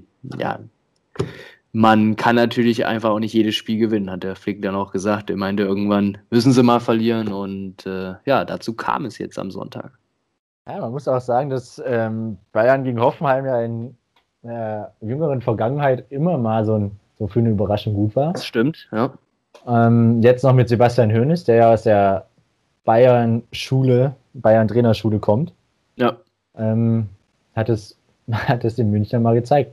man kann natürlich einfach auch nicht jedes Spiel gewinnen, hat der Flick dann auch gesagt. Er meinte, irgendwann müssen sie mal verlieren und dazu kam es jetzt am Sonntag. Ja, man muss auch sagen, dass Bayern gegen Hoffenheim ja in der jüngeren Vergangenheit immer mal so für eine Überraschung gut war. Das stimmt, ja. Jetzt noch mit Sebastian Hoeneß, der ja aus der Bayern-Trainerschule kommt. Ja. Hat es den Münchner mal gezeigt.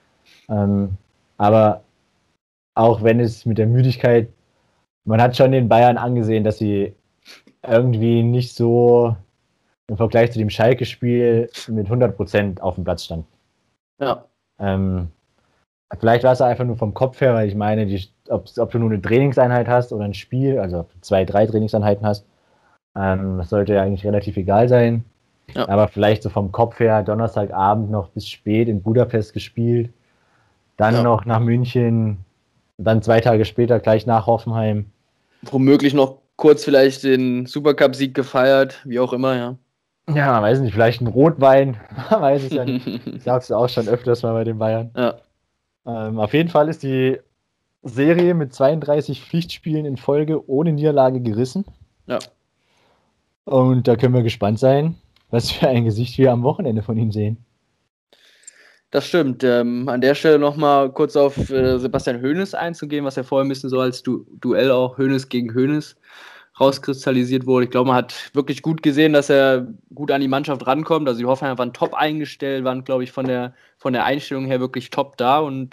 Aber auch wenn es mit der Müdigkeit, man hat schon den Bayern angesehen, dass sie irgendwie nicht so im Vergleich zu dem Schalke-Spiel mit 100% auf dem Platz standen. Ja. Vielleicht war es einfach nur vom Kopf her, weil ich meine, ob du nur eine Trainingseinheit hast oder ein Spiel, also ob du 2, 3 Trainingseinheiten hast, das sollte ja eigentlich relativ egal sein. Ja. Aber vielleicht so vom Kopf her, Donnerstagabend noch bis spät in Budapest gespielt, dann noch nach München, dann 2 Tage später gleich nach Hoffenheim. Womöglich noch kurz vielleicht den Supercup-Sieg gefeiert, wie auch immer, ja. Ja, man weiß nicht, vielleicht ein Rotwein, man weiß es ja nicht. Das sagst du auch schon öfters mal bei den Bayern. Ja. Auf jeden Fall ist die Serie mit 32 Pflichtspielen in Folge ohne Niederlage gerissen. Ja. Und da können wir gespannt sein, was für ein Gesicht wir am Wochenende von ihm sehen. Das stimmt. An der Stelle nochmal kurz auf Sebastian Hoeneß einzugehen, was ja vorher ein bisschen so als Duell auch Hoeneß gegen Hoeneß rauskristallisiert wurde. Ich glaube, man hat wirklich gut gesehen, dass er gut an die Mannschaft rankommt. Also die Hoffenheimer waren top eingestellt, waren, glaube ich, von der Einstellung her wirklich top da und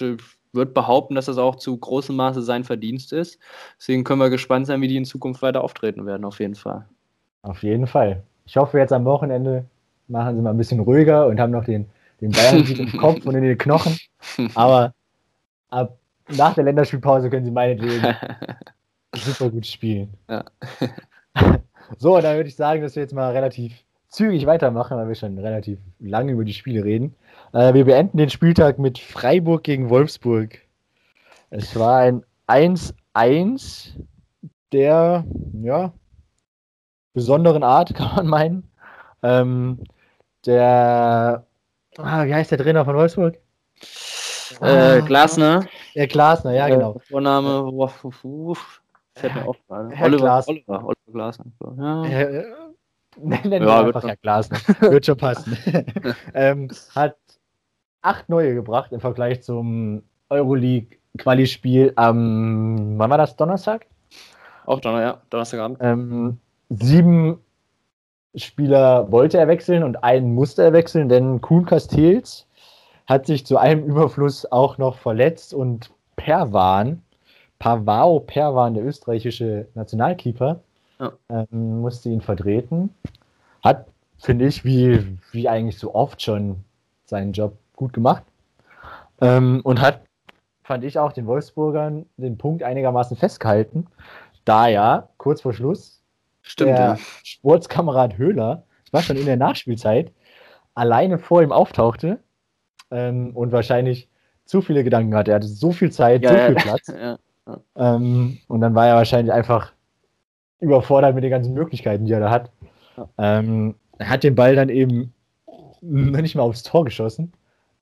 würde behaupten, dass das auch zu großem Maße sein Verdienst ist. Deswegen können wir gespannt sein, wie die in Zukunft weiter auftreten werden, auf jeden Fall. Auf jeden Fall. Ich hoffe, jetzt am Wochenende machen sie mal ein bisschen ruhiger und haben noch den Bayern-Sieg im Kopf und in den Knochen. Aber nach der Länderspielpause können sie meinetwegen super gut spielen. Ja. So, dann würde ich sagen, dass wir jetzt mal relativ zügig weitermachen, weil wir schon relativ lange über die Spiele reden. Wir beenden den Spieltag mit Freiburg gegen Wolfsburg. Es war ein 1-1 der besonderen Art, kann man meinen. Wie heißt der Trainer von Wolfsburg? Glasner. Der Glasner, ja, genau. Vorname, fällt mir auf gerade. Oliver Glasner. Ja. Nennen wir einfach Herr Glasner. Wird schon passen. Hat 8 neue gebracht im Vergleich zum Euroleague-Quali-Spiel am, wann war das, Donnerstag? Auch Donnerstagabend. 7 Spieler wollte er wechseln und einen musste er wechseln, denn Kuhn Castells hat sich zu einem Überfluss auch noch verletzt und Pavao Perwan, der österreichische Nationalkeeper, musste ihn vertreten. Hat, finde ich, wie eigentlich so oft schon seinen Job gut gemacht. Und hat, fand ich auch, den Wolfsburgern den Punkt einigermaßen festgehalten, da ja kurz vor Schluss der Sportskamerad Höhler, das war schon in der Nachspielzeit, alleine vor ihm auftauchte und wahrscheinlich zu viele Gedanken hatte. Er hatte so viel Zeit, so viel Platz. Und dann war er wahrscheinlich einfach überfordert mit den ganzen Möglichkeiten, die er da hat. Er hat den Ball dann eben noch nicht mal aufs Tor geschossen.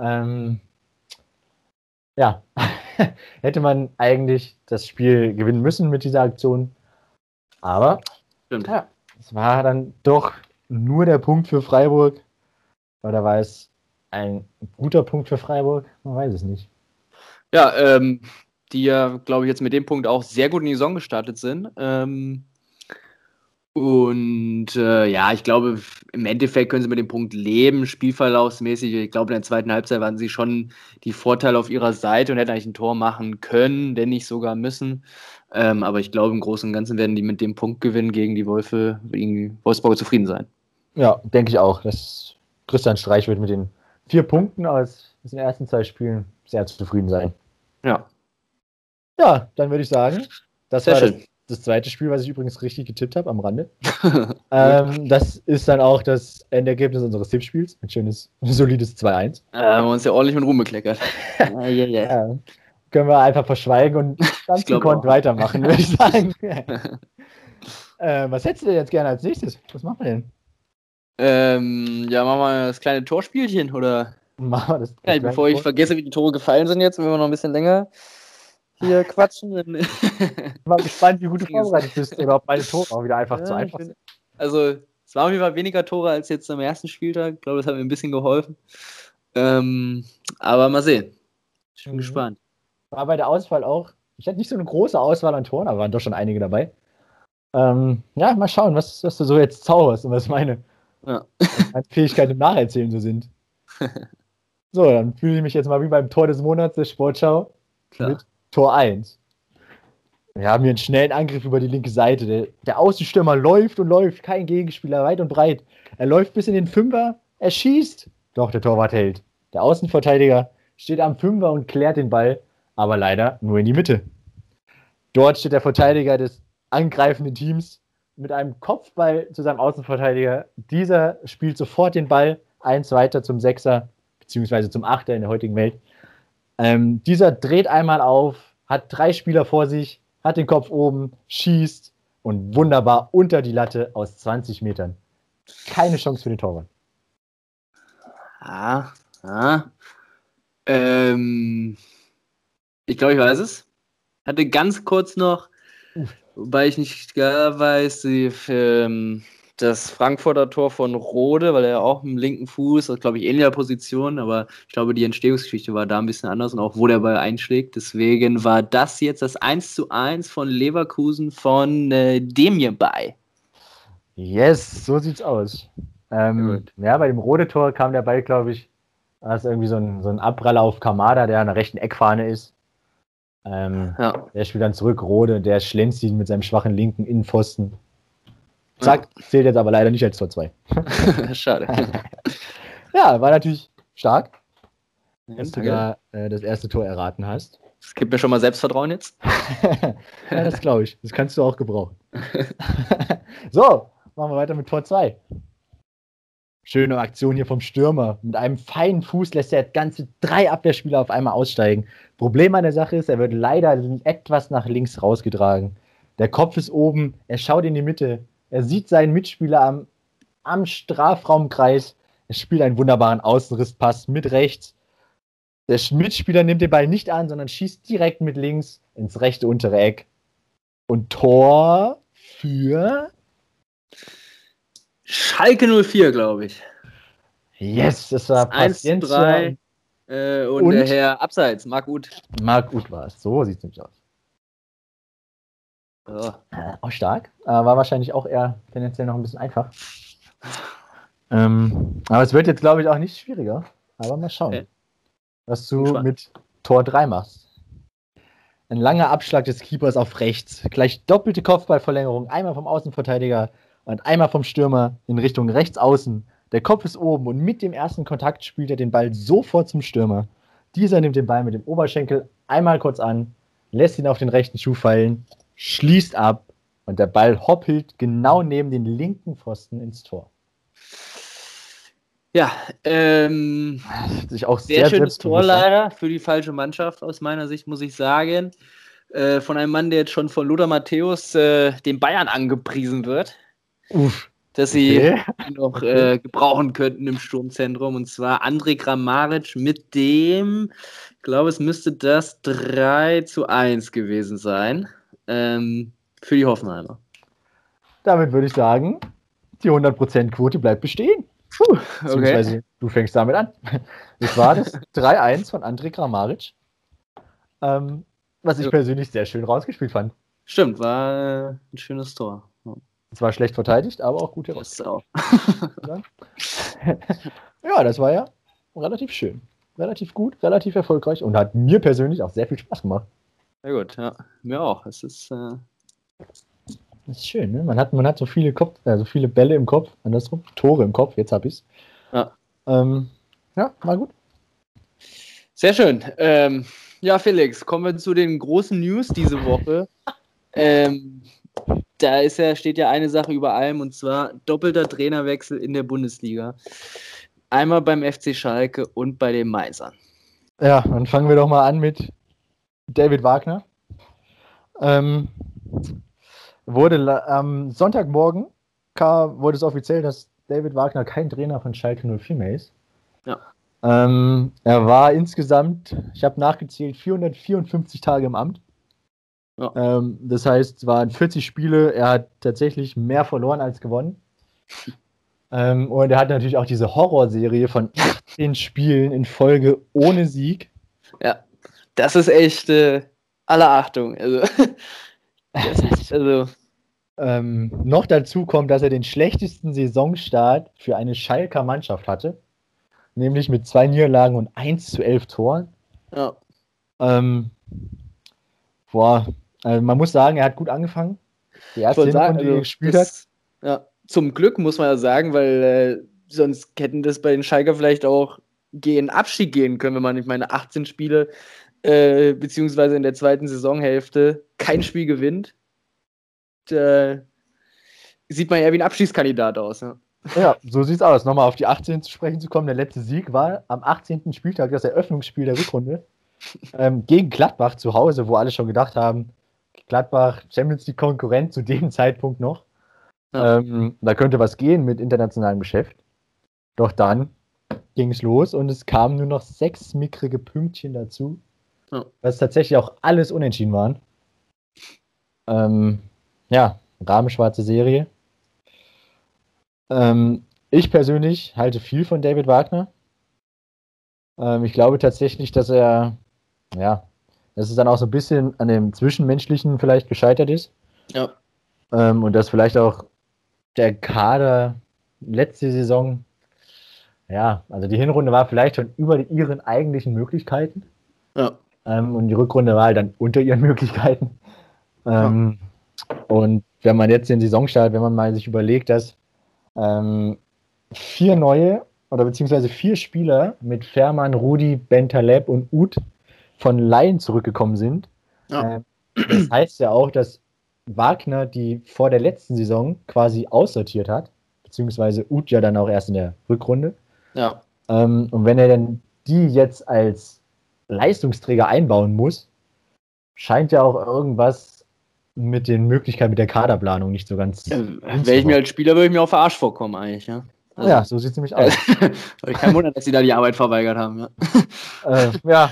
Hätte man eigentlich das Spiel gewinnen müssen mit dieser Aktion. Aber es war dann doch nur der Punkt für Freiburg. Oder war es ein guter Punkt für Freiburg? Man weiß es nicht. Ja, die ja, glaube ich, jetzt mit dem Punkt auch sehr gut in die Saison gestartet sind. Ich glaube, im Endeffekt können sie mit dem Punkt leben, spielverlaufsmäßig. Ich glaube, in der zweiten Halbzeit waren sie schon die Vorteile auf ihrer Seite und hätten eigentlich ein Tor machen können, denn nicht sogar müssen. Aber ich glaube, im Großen und Ganzen werden die mit dem Punktgewinn gegen die Wolfsburger zufrieden sein. Ja, denke ich auch. Dass Christian Streich wird mit den 4 Punkten aus den ersten 2 Spielen sehr zufrieden sein. Ja. Ja, dann würde ich sagen, das sehr war schön. Das zweite Spiel, was ich übrigens richtig getippt habe am Rande. Das ist dann auch das Endergebnis unseres Tippspiels. Ein schönes, solides 2-1. Haben wir uns ja ordentlich mit Ruhm bekleckert. Ja, können wir einfach verschweigen und ganz gekonnt weitermachen, würde ich sagen. Was hättest du denn jetzt gerne als nächstes? Was machen wir denn? Machen wir das kleine Torspielchen, oder? Machen wir das bevor ich vergesse, wie die Tore gefallen sind jetzt, wenn wir noch ein bisschen länger hier quatschen. Ich bin mal gespannt, wie gut du vorbereitet bist oder ob meine Tore auch wieder einfach zu einfach sind. Also, es waren auf jeden Fall weniger Tore als jetzt am ersten Spieltag. Ich glaube, das hat mir ein bisschen geholfen. Aber mal sehen. Ich bin gespannt. War bei der Auswahl auch, ich hatte nicht so eine große Auswahl an Toren, aber waren doch schon einige dabei. Mal schauen, was du so jetzt zauberst und was meine Fähigkeiten im Nacherzählen so sind. So, dann fühle ich mich jetzt mal wie beim Tor des Monats der Sportschau mit Tor 1. Wir haben hier einen schnellen Angriff über die linke Seite. Der Außenstürmer läuft und läuft, kein Gegenspieler, weit und breit. Er läuft bis in den Fünfer, er schießt. Doch, der Torwart hält. Der Außenverteidiger steht am Fünfer und klärt den Ball, aber leider nur in die Mitte. Dort steht der Verteidiger des angreifenden Teams mit einem Kopfball zu seinem Außenverteidiger. Dieser spielt sofort den Ball 1 weiter zum Sechser, beziehungsweise zum Achter in der heutigen Welt. Dieser dreht einmal auf, hat 3 Spieler vor sich, hat den Kopf oben, schießt und wunderbar unter die Latte aus 20 Metern. Keine Chance für den Torwart. Ich glaube, ich weiß es. Hatte ganz kurz noch, wobei ich nicht gar weiß, das Frankfurter Tor von Rode, weil er ja auch mit dem linken Fuß, glaube ich, ähnlicher Position, aber ich glaube, die Entstehungsgeschichte war da ein bisschen anders und auch, wo der Ball einschlägt. Deswegen war das jetzt das 1:1 von Leverkusen von Demirbay. Yes, so sieht's aus. Bei dem Rode-Tor kam der Ball, glaube ich, da ist irgendwie so ein Abpraller auf Kamada, der an der rechten Eckfahne ist. Der spielt dann zurück, Rode, der schlänzt ihn mit seinem schwachen linken Innenpfosten. Zack, zählt jetzt aber leider nicht als Tor 2. Schade. Ja, war natürlich stark, dass du danke. da das erste Tor erraten hast. Das gibt mir schon mal Selbstvertrauen jetzt. Ja, das glaube ich. Das kannst du auch gebrauchen. So, machen wir weiter mit Tor 2. Schöne Aktion hier vom Stürmer. Mit einem feinen Fuß lässt er ganze 3 Abwehrspieler auf einmal aussteigen. Problem an der Sache ist, er wird leider etwas nach links rausgetragen. Der Kopf ist oben, er schaut in die Mitte. Er sieht seinen Mitspieler am Strafraumkreis. Er spielt einen wunderbaren Außenrisspass mit rechts. Der Mitspieler nimmt den Ball nicht an, sondern schießt direkt mit links ins rechte untere Eck. Und Tor für Schalke 04, glaube ich. Yes, das war 1-3 und der Herr Abseits, Marc Uth. Marc Uth war es. So sieht es nämlich aus. Ja. Auch stark. War wahrscheinlich auch eher tendenziell noch ein bisschen einfach. Aber es wird jetzt, glaube ich, auch nicht schwieriger. Aber mal schauen, was du mit Tor 3 machst. Ein langer Abschlag des Keepers auf rechts. Gleich doppelte Kopfballverlängerung. Einmal vom Außenverteidiger und einmal vom Stürmer in Richtung rechts außen. Der Kopf ist oben und mit dem ersten Kontakt spielt er den Ball sofort zum Stürmer. Dieser nimmt den Ball mit dem Oberschenkel einmal kurz an, lässt ihn auf den rechten Schuh fallen, schließt ab und der Ball hoppelt genau neben den linken Pfosten ins Tor. Ja, sich auch sehr schönes Tor leider für die falsche Mannschaft aus meiner Sicht, muss ich sagen. Von einem Mann, der jetzt schon von Lothar Matthäus den Bayern angepriesen wird. Dass sie noch gebrauchen könnten im Sturmzentrum. Und zwar Andrej Kramaric mit dem, ich glaube, es müsste das 3-1 gewesen sein. Für die Hoffenheimer. Damit würde ich sagen, die 100%-Quote bleibt bestehen. Beziehungsweise du fängst damit an. Das war das 3-1 von Andrej Kramaric. Was ich persönlich sehr schön rausgespielt fand. Stimmt, war ein schönes Tor. Es war schlecht verteidigt, aber auch gut heraus. Ja, das war ja relativ schön. Relativ gut, relativ erfolgreich und hat mir persönlich auch sehr viel Spaß gemacht. Sehr gut, ja. Mir auch. Es ist, das ist schön, ne? Man hat so viele viele Bälle im Kopf, andersrum, Tore im Kopf, jetzt hab ich's. Ja. Ja, war gut. Sehr schön. Ja, Felix, kommen wir zu den großen News diese Woche. Da steht ja eine Sache über allem, und zwar doppelter Trainerwechsel in der Bundesliga. Einmal beim FC Schalke und bei den Mainzern. Ja, dann fangen wir doch mal an mit David Wagner. Wurde am Sonntagmorgen wurde es offiziell, dass David Wagner kein Trainer von Schalke 04 mehr ist. Ja. Er war insgesamt, ich habe nachgezählt, 454 Tage im Amt. Ja. Das heißt, es waren 40 Spiele, er hat tatsächlich mehr verloren als gewonnen. Und er hat natürlich auch diese Horrorserie von 18 Spielen in Folge ohne Sieg. Ja, das ist echt aller Achtung. Noch dazu kommt, dass er den schlechtesten Saisonstart für eine Schalker Mannschaft hatte. Nämlich mit 2 Niederlagen und 1-11 Toren. Ja. Also man muss sagen, er hat gut angefangen. Die erste Hinrunde, die er gespielt hat. Ja, zum Glück muss man ja sagen, weil sonst hätten das bei den Schalker vielleicht auch gegen Abstieg gehen können, wenn man, ich meine, 18 Spiele beziehungsweise in der zweiten Saisonhälfte kein Spiel gewinnt. Da sieht man ja wie ein Abstiegskandidat aus. Ja. Ja, so sieht's aus. Nochmal auf die 18 zu sprechen zu kommen. Der letzte Sieg war am 18. Spieltag, das Eröffnungsspiel der Rückrunde, gegen Gladbach zu Hause, wo alle schon gedacht haben, Gladbach, Champions League Konkurrent zu dem Zeitpunkt noch. Ja. Da könnte was gehen mit internationalem Geschäft. Doch dann ging es los und es kamen nur noch 6 mickrige Pünktchen dazu, was tatsächlich auch alles unentschieden waren. Ja, rahmenschwarze Serie. Ich persönlich halte viel von David Wagner. Ich glaube tatsächlich, dass dass es dann auch so ein bisschen an dem Zwischenmenschlichen vielleicht gescheitert ist. Ja. Und dass vielleicht auch der Kader letzte Saison, also die Hinrunde war vielleicht schon über ihren eigentlichen Möglichkeiten. Ja. Und die Rückrunde war halt dann unter ihren Möglichkeiten. Und wenn man jetzt den Saisonstart, wenn man mal sich überlegt, dass 4 neue oder beziehungsweise 4 Spieler mit Fährmann, Rudi, Bentaleb und Uth von Laien zurückgekommen sind. Ja. Das heißt ja auch, dass Wagner die vor der letzten Saison quasi aussortiert hat, beziehungsweise Uth ja dann auch erst in der Rückrunde. Ja. Und wenn er dann die jetzt als Leistungsträger einbauen muss, scheint ja auch irgendwas mit den Möglichkeiten mit der Kaderplanung nicht so ganz. Wäre ich mir als Spieler, würde ich mir auf den Arsch vorkommen eigentlich, ja. Also, ja, so sieht es nämlich aus. Kein Wunder, dass sie da die Arbeit verweigert haben, ja. Ja.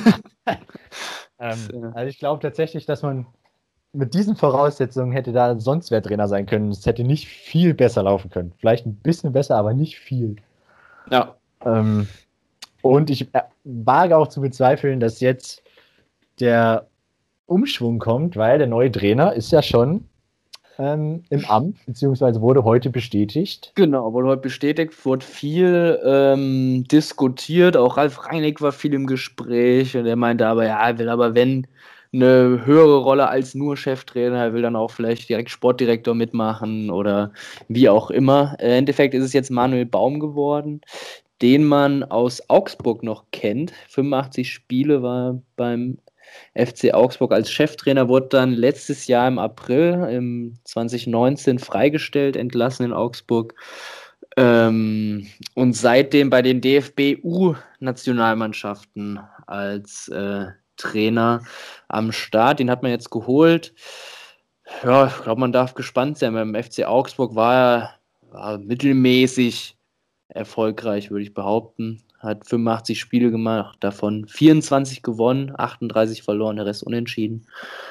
Also ich glaube tatsächlich, dass man mit diesen Voraussetzungen hätte da sonst wer Trainer sein können. Es hätte nicht viel besser laufen können. Vielleicht ein bisschen besser, aber nicht viel. Ja. Und ich wage auch zu bezweifeln, dass jetzt der Umschwung kommt, weil der neue Trainer ist ja schon im Amt, beziehungsweise wurde heute bestätigt. Genau, wurde heute bestätigt, wurde viel diskutiert, auch Ralf Rangnick war viel im Gespräch und er meinte aber, ja, er will aber, wenn, eine höhere Rolle als nur Cheftrainer, er will dann auch vielleicht direkt Sportdirektor mitmachen oder wie auch immer. Im Endeffekt ist es jetzt Manuel Baum geworden, den man aus Augsburg noch kennt. 85 Spiele war beim FC Augsburg als Cheftrainer, wurde dann letztes Jahr im April, im 2019 freigestellt, entlassen in Augsburg. Und seitdem bei den DFB-U-Nationalmannschaften als Trainer am Start. Den hat man jetzt geholt. Ja, ich glaube, man darf gespannt sein. Beim FC Augsburg war er mittelmäßig erfolgreich, würde ich behaupten. Hat 85 Spiele gemacht, davon 24 gewonnen, 38 verloren, der Rest unentschieden.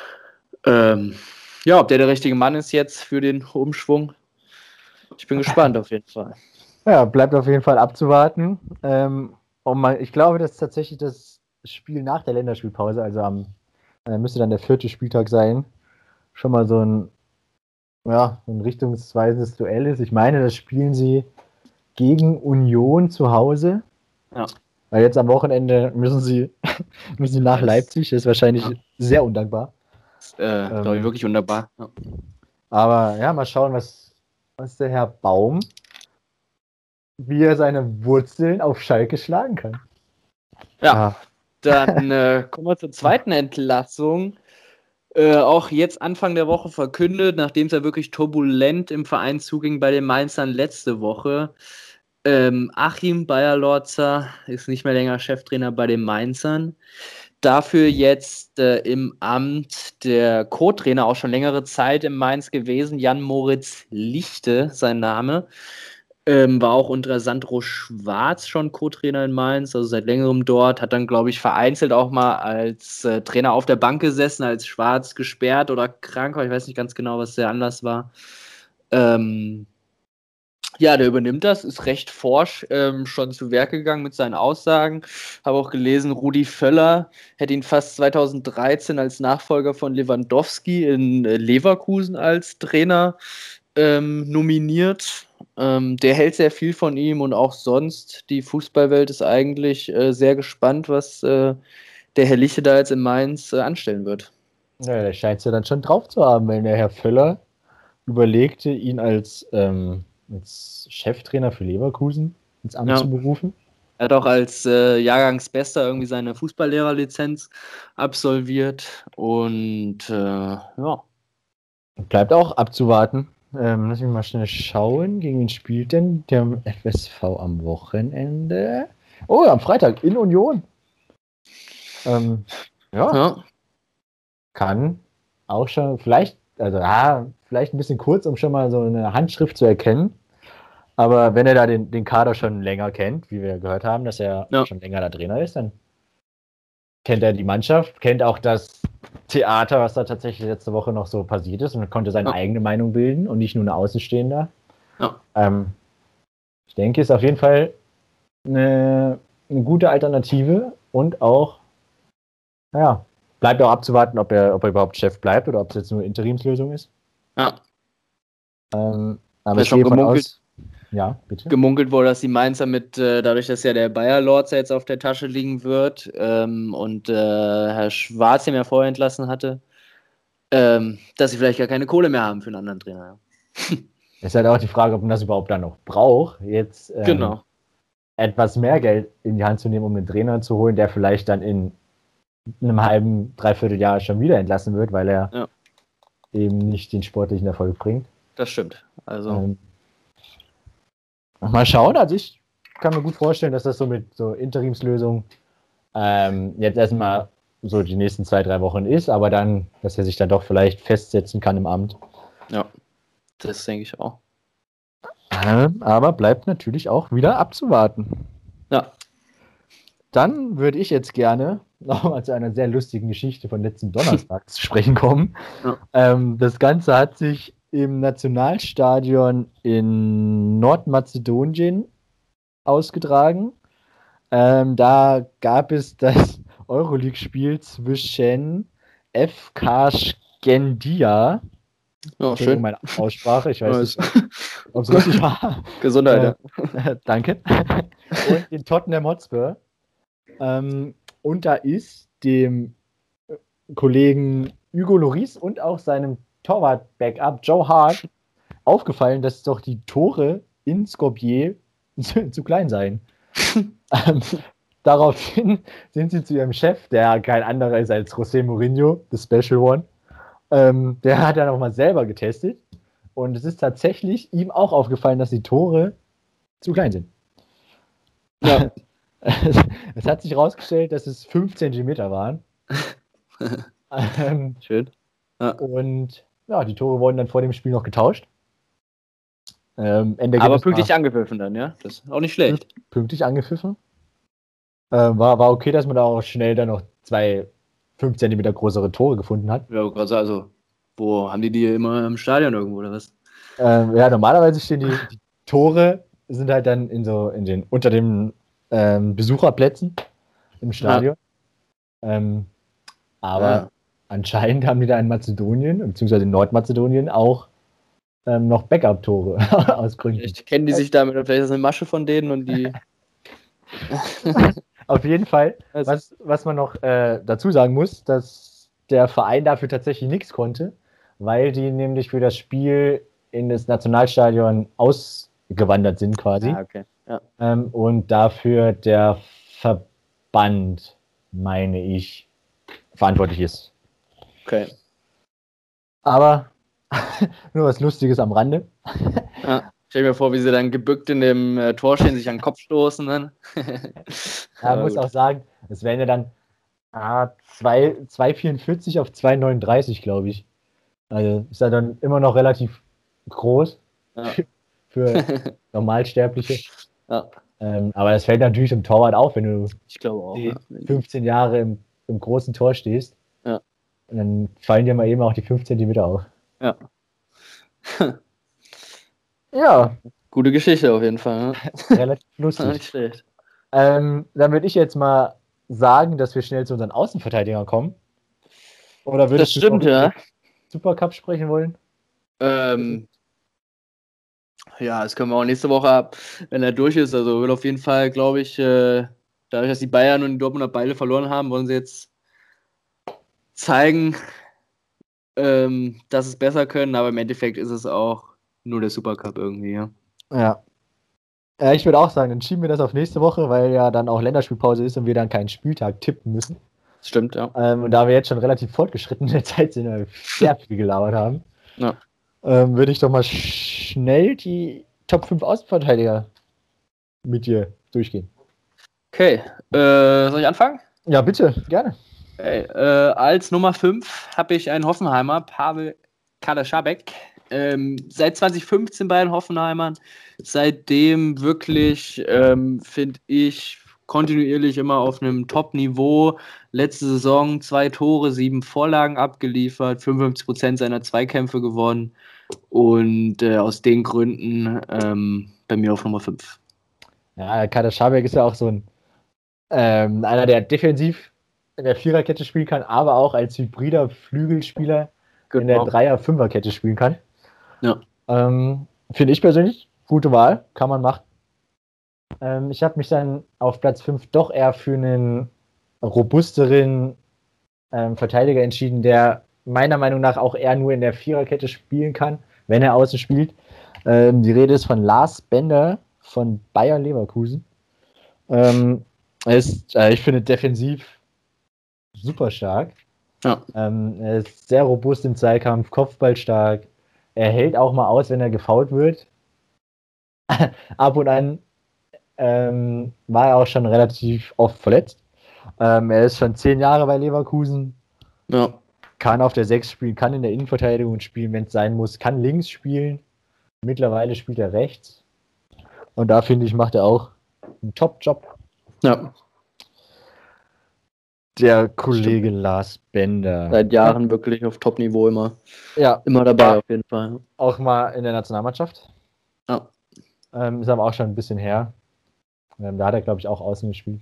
Ja, ob der richtige Mann ist jetzt für den Umschwung, ich bin gespannt auf jeden Fall. Ja, bleibt auf jeden Fall abzuwarten. Ich glaube, dass tatsächlich das Spiel nach der Länderspielpause, also müsste dann der 4. Spieltag sein, schon mal so ein richtungsweisendes Duell ist. Ich meine, das spielen sie gegen Union zu Hause. Ja. Weil jetzt am Wochenende müssen sie nach Leipzig. Das ist wahrscheinlich sehr undankbar. Glaube ich, wirklich wunderbar. Ja. Aber ja, mal schauen, was der Herr Baum, wie er seine Wurzeln auf Schalke schlagen kann. Ja, dann kommen wir zur zweiten Entlassung. Auch jetzt Anfang der Woche verkündet, nachdem es ja wirklich turbulent im Verein zuging bei den Mainzern letzte Woche. Achim Beierlorzer ist nicht mehr länger Cheftrainer bei den Mainzern. Dafür jetzt im Amt der Co-Trainer, auch schon längere Zeit in Mainz gewesen, Jan-Moritz Lichte, sein Name. War auch unter Sandro Schwarz schon Co-Trainer in Mainz, also seit längerem dort, hat dann, glaube ich, vereinzelt auch mal als Trainer auf der Bank gesessen, als Schwarz gesperrt oder krank war, ich weiß nicht ganz genau, was der Anlass war. Ja, der übernimmt das, ist recht forsch schon zu Werke gegangen mit seinen Aussagen. Habe auch gelesen, Rudi Völler hätte ihn fast 2013 als Nachfolger von Lewandowski in Leverkusen als Trainer nominiert. Der hält sehr viel von ihm und auch sonst, die Fußballwelt ist eigentlich sehr gespannt, was der Herr Lichte da jetzt in Mainz anstellen wird. Ja, der scheint es ja dann schon drauf zu haben, weil der Herr Völler überlegte, ihn als Cheftrainer für Leverkusen ins Amt zu berufen. Er hat auch als Jahrgangsbester irgendwie seine Fußballlehrerlizenz absolviert und ja. Bleibt auch abzuwarten. Lass mich mal schnell schauen. Gegen wen spielt denn der FSV am Wochenende? Oh, am Freitag in Union. Ja. Kann auch schon vielleicht ein bisschen kurz, um schon mal so eine Handschrift zu erkennen. Aber wenn er da den Kader schon länger kennt, wie wir gehört haben, dass er schon länger da Trainer ist, dann kennt er die Mannschaft, kennt auch das Theater, was da tatsächlich letzte Woche noch so passiert ist und konnte seine eigene Meinung bilden und nicht nur eine Außenstehender. Ja. Ich denke, ist auf jeden Fall eine gute Alternative und auch, bleibt auch abzuwarten, ob er überhaupt Chef bleibt oder ob es jetzt nur eine Interimslösung ist. Ja. Aber ich gehe davon aus, Ja, bitte. gemunkelt wurde, dass die Mainzer dadurch, dass ja der Bayer Lords jetzt auf der Tasche liegen wird und Herr Schwarz ihn ja vorher entlassen hatte, dass sie vielleicht gar keine Kohle mehr haben für einen anderen Trainer. Ist halt auch die Frage, ob man das überhaupt dann noch braucht, jetzt Genau. etwas mehr Geld in die Hand zu nehmen, um einen Trainer zu holen, der vielleicht dann in einem halben, dreiviertel Jahr schon wieder entlassen wird, weil er eben nicht den sportlichen Erfolg bringt. Das stimmt. Also mal schauen. Also ich kann mir gut vorstellen, dass das so mit so Interimslösungen jetzt erstmal so die nächsten 2-3 Wochen ist, aber dann, dass er sich dann doch vielleicht festsetzen kann im Amt. Ja, das denke ich auch. Aber bleibt natürlich auch wieder abzuwarten. Ja. Dann würde ich jetzt gerne nochmal zu einer sehr lustigen Geschichte von letzten Donnerstag zu sprechen kommen. Ja. Das Ganze hat sich im Nationalstadion in Nordmazedonien ausgetragen. Da gab es das Euroleague-Spiel zwischen FK Skendia. Oh, schön. Meine Aussprache, ich weiß nicht, ob es richtig war. Gesundheit. Danke. Und den Tottenham Hotspur. Und da ist dem Kollegen Hugo Lloris und auch seinem Torwart-Backup Joe Hart aufgefallen, dass doch die Tore in Skopje zu klein seien. Daraufhin sind sie zu ihrem Chef, der kein anderer ist als José Mourinho, the Special One. Der hat dann auch mal selber getestet und es ist tatsächlich ihm auch aufgefallen, dass die Tore zu klein sind. Ja. Es hat sich herausgestellt, dass es 5 Zentimeter waren. Schön. Ja. Und ja, die Tore wurden dann vor dem Spiel noch getauscht. Aber pünktlich angepfiffen dann, ja? Das ist auch nicht schlecht. Pünktlich angepfiffen. War okay, dass man da auch schnell dann noch 2 5 Zentimeter größere Tore gefunden hat. Ja, also, wo haben die immer im Stadion irgendwo oder was? Ja, normalerweise stehen die Tore, sind halt dann unter den Besucherplätzen im Stadion. Ja. Aber anscheinend haben die da in Mazedonien, beziehungsweise in Nordmazedonien auch noch Backup-Tore aus Gründen. Vielleicht kennen die sich damit, vielleicht ist das eine Masche von denen und die... Auf jeden Fall, was man noch dazu sagen muss, dass der Verein dafür tatsächlich nichts konnte, weil die nämlich für das Spiel in das Nationalstadion ausgewandert sind quasi. Okay. Ja. Und dafür der Verband, meine ich, verantwortlich ist. Okay. Aber nur was Lustiges am Rande. Ja. Stell mir vor, wie sie dann gebückt in dem Tor stehen, sich an den Kopf stoßen. Dann. Ja, muss auch sagen, es wären ja dann 2,44 auf 2,39, glaube ich. Also ist ja dann immer noch relativ groß für Normalsterbliche. Ja. Aber das fällt natürlich im Torwart auf, wenn du 15 Jahre im großen Tor stehst. Ja. Und dann fallen dir mal eben auch die 5 Zentimeter auf. Ja. Ja. Gute Geschichte auf jeden Fall. Ne? Relativ lustig. Nicht schlecht. Dann würde ich jetzt mal sagen, dass wir schnell zu unseren Außenverteidigern kommen. Oder würdest du ja. Supercup sprechen wollen? Ja, das können wir auch nächste Woche ab, wenn er durch ist. Also wird auf jeden Fall, glaube ich, dadurch, dass die Bayern und die Dortmunder beide verloren haben, wollen sie jetzt zeigen, dass es besser können. Aber im Endeffekt ist es auch nur der Supercup irgendwie, ja. Ja. Ich würde auch sagen, dann schieben wir das auf nächste Woche, weil ja dann auch Länderspielpause ist und wir dann keinen Spieltag tippen müssen. Das stimmt, ja. Und da wir jetzt schon relativ fortgeschritten in der Zeit sind, weil wir sehr viel gelabert haben, würde ich doch mal schnell die Top 5 Außenverteidiger mit dir durchgehen. Okay, soll ich anfangen? Ja, bitte, gerne. Okay, als Nummer 5 habe ich einen Hoffenheimer, Pavel Kaderabek. Seit 2015 bei den Hoffenheimern, seitdem wirklich, finde ich, kontinuierlich immer auf einem Top-Niveau. Letzte Saison 2 Tore, 7 Vorlagen abgeliefert, 55% seiner Zweikämpfe gewonnen und aus den Gründen bei mir auf Nummer 5. Ja, Kaderabek ist ja auch so einer, der defensiv in der Viererkette spielen kann, aber auch als hybrider Flügelspieler in der Dreier-Fünfer-Kette spielen kann. Ja. Finde ich persönlich Gute Wahl, kann man machen. Ich habe mich dann auf Platz 5 doch eher für einen robusteren Verteidiger entschieden, der meiner Meinung nach auch eher nur in der Viererkette spielen kann, wenn er außen spielt. Die Rede ist von Lars Bender von Bayer Leverkusen. Ich finde defensiv super stark. Ja. Er ist sehr robust im Zweikampf, kopfballstark. Er hält auch mal aus, wenn er gefoult wird. Ab und an war er auch schon relativ oft verletzt. Er ist schon 10 Jahre bei Leverkusen. Ja. Kann auf der 6 spielen, kann in der Innenverteidigung spielen, wenn es sein muss, kann links spielen. Mittlerweile spielt er rechts. Und da finde ich, macht er auch einen Top-Job. Ja. Der Kollege Lars Bender. Seit Jahren wirklich auf Top-Niveau immer. Ja. Immer dabei auf jeden Fall. Auch mal in der Nationalmannschaft. Ja. Ist aber auch schon ein bisschen her. Da hat er, glaube ich, auch außen gespielt.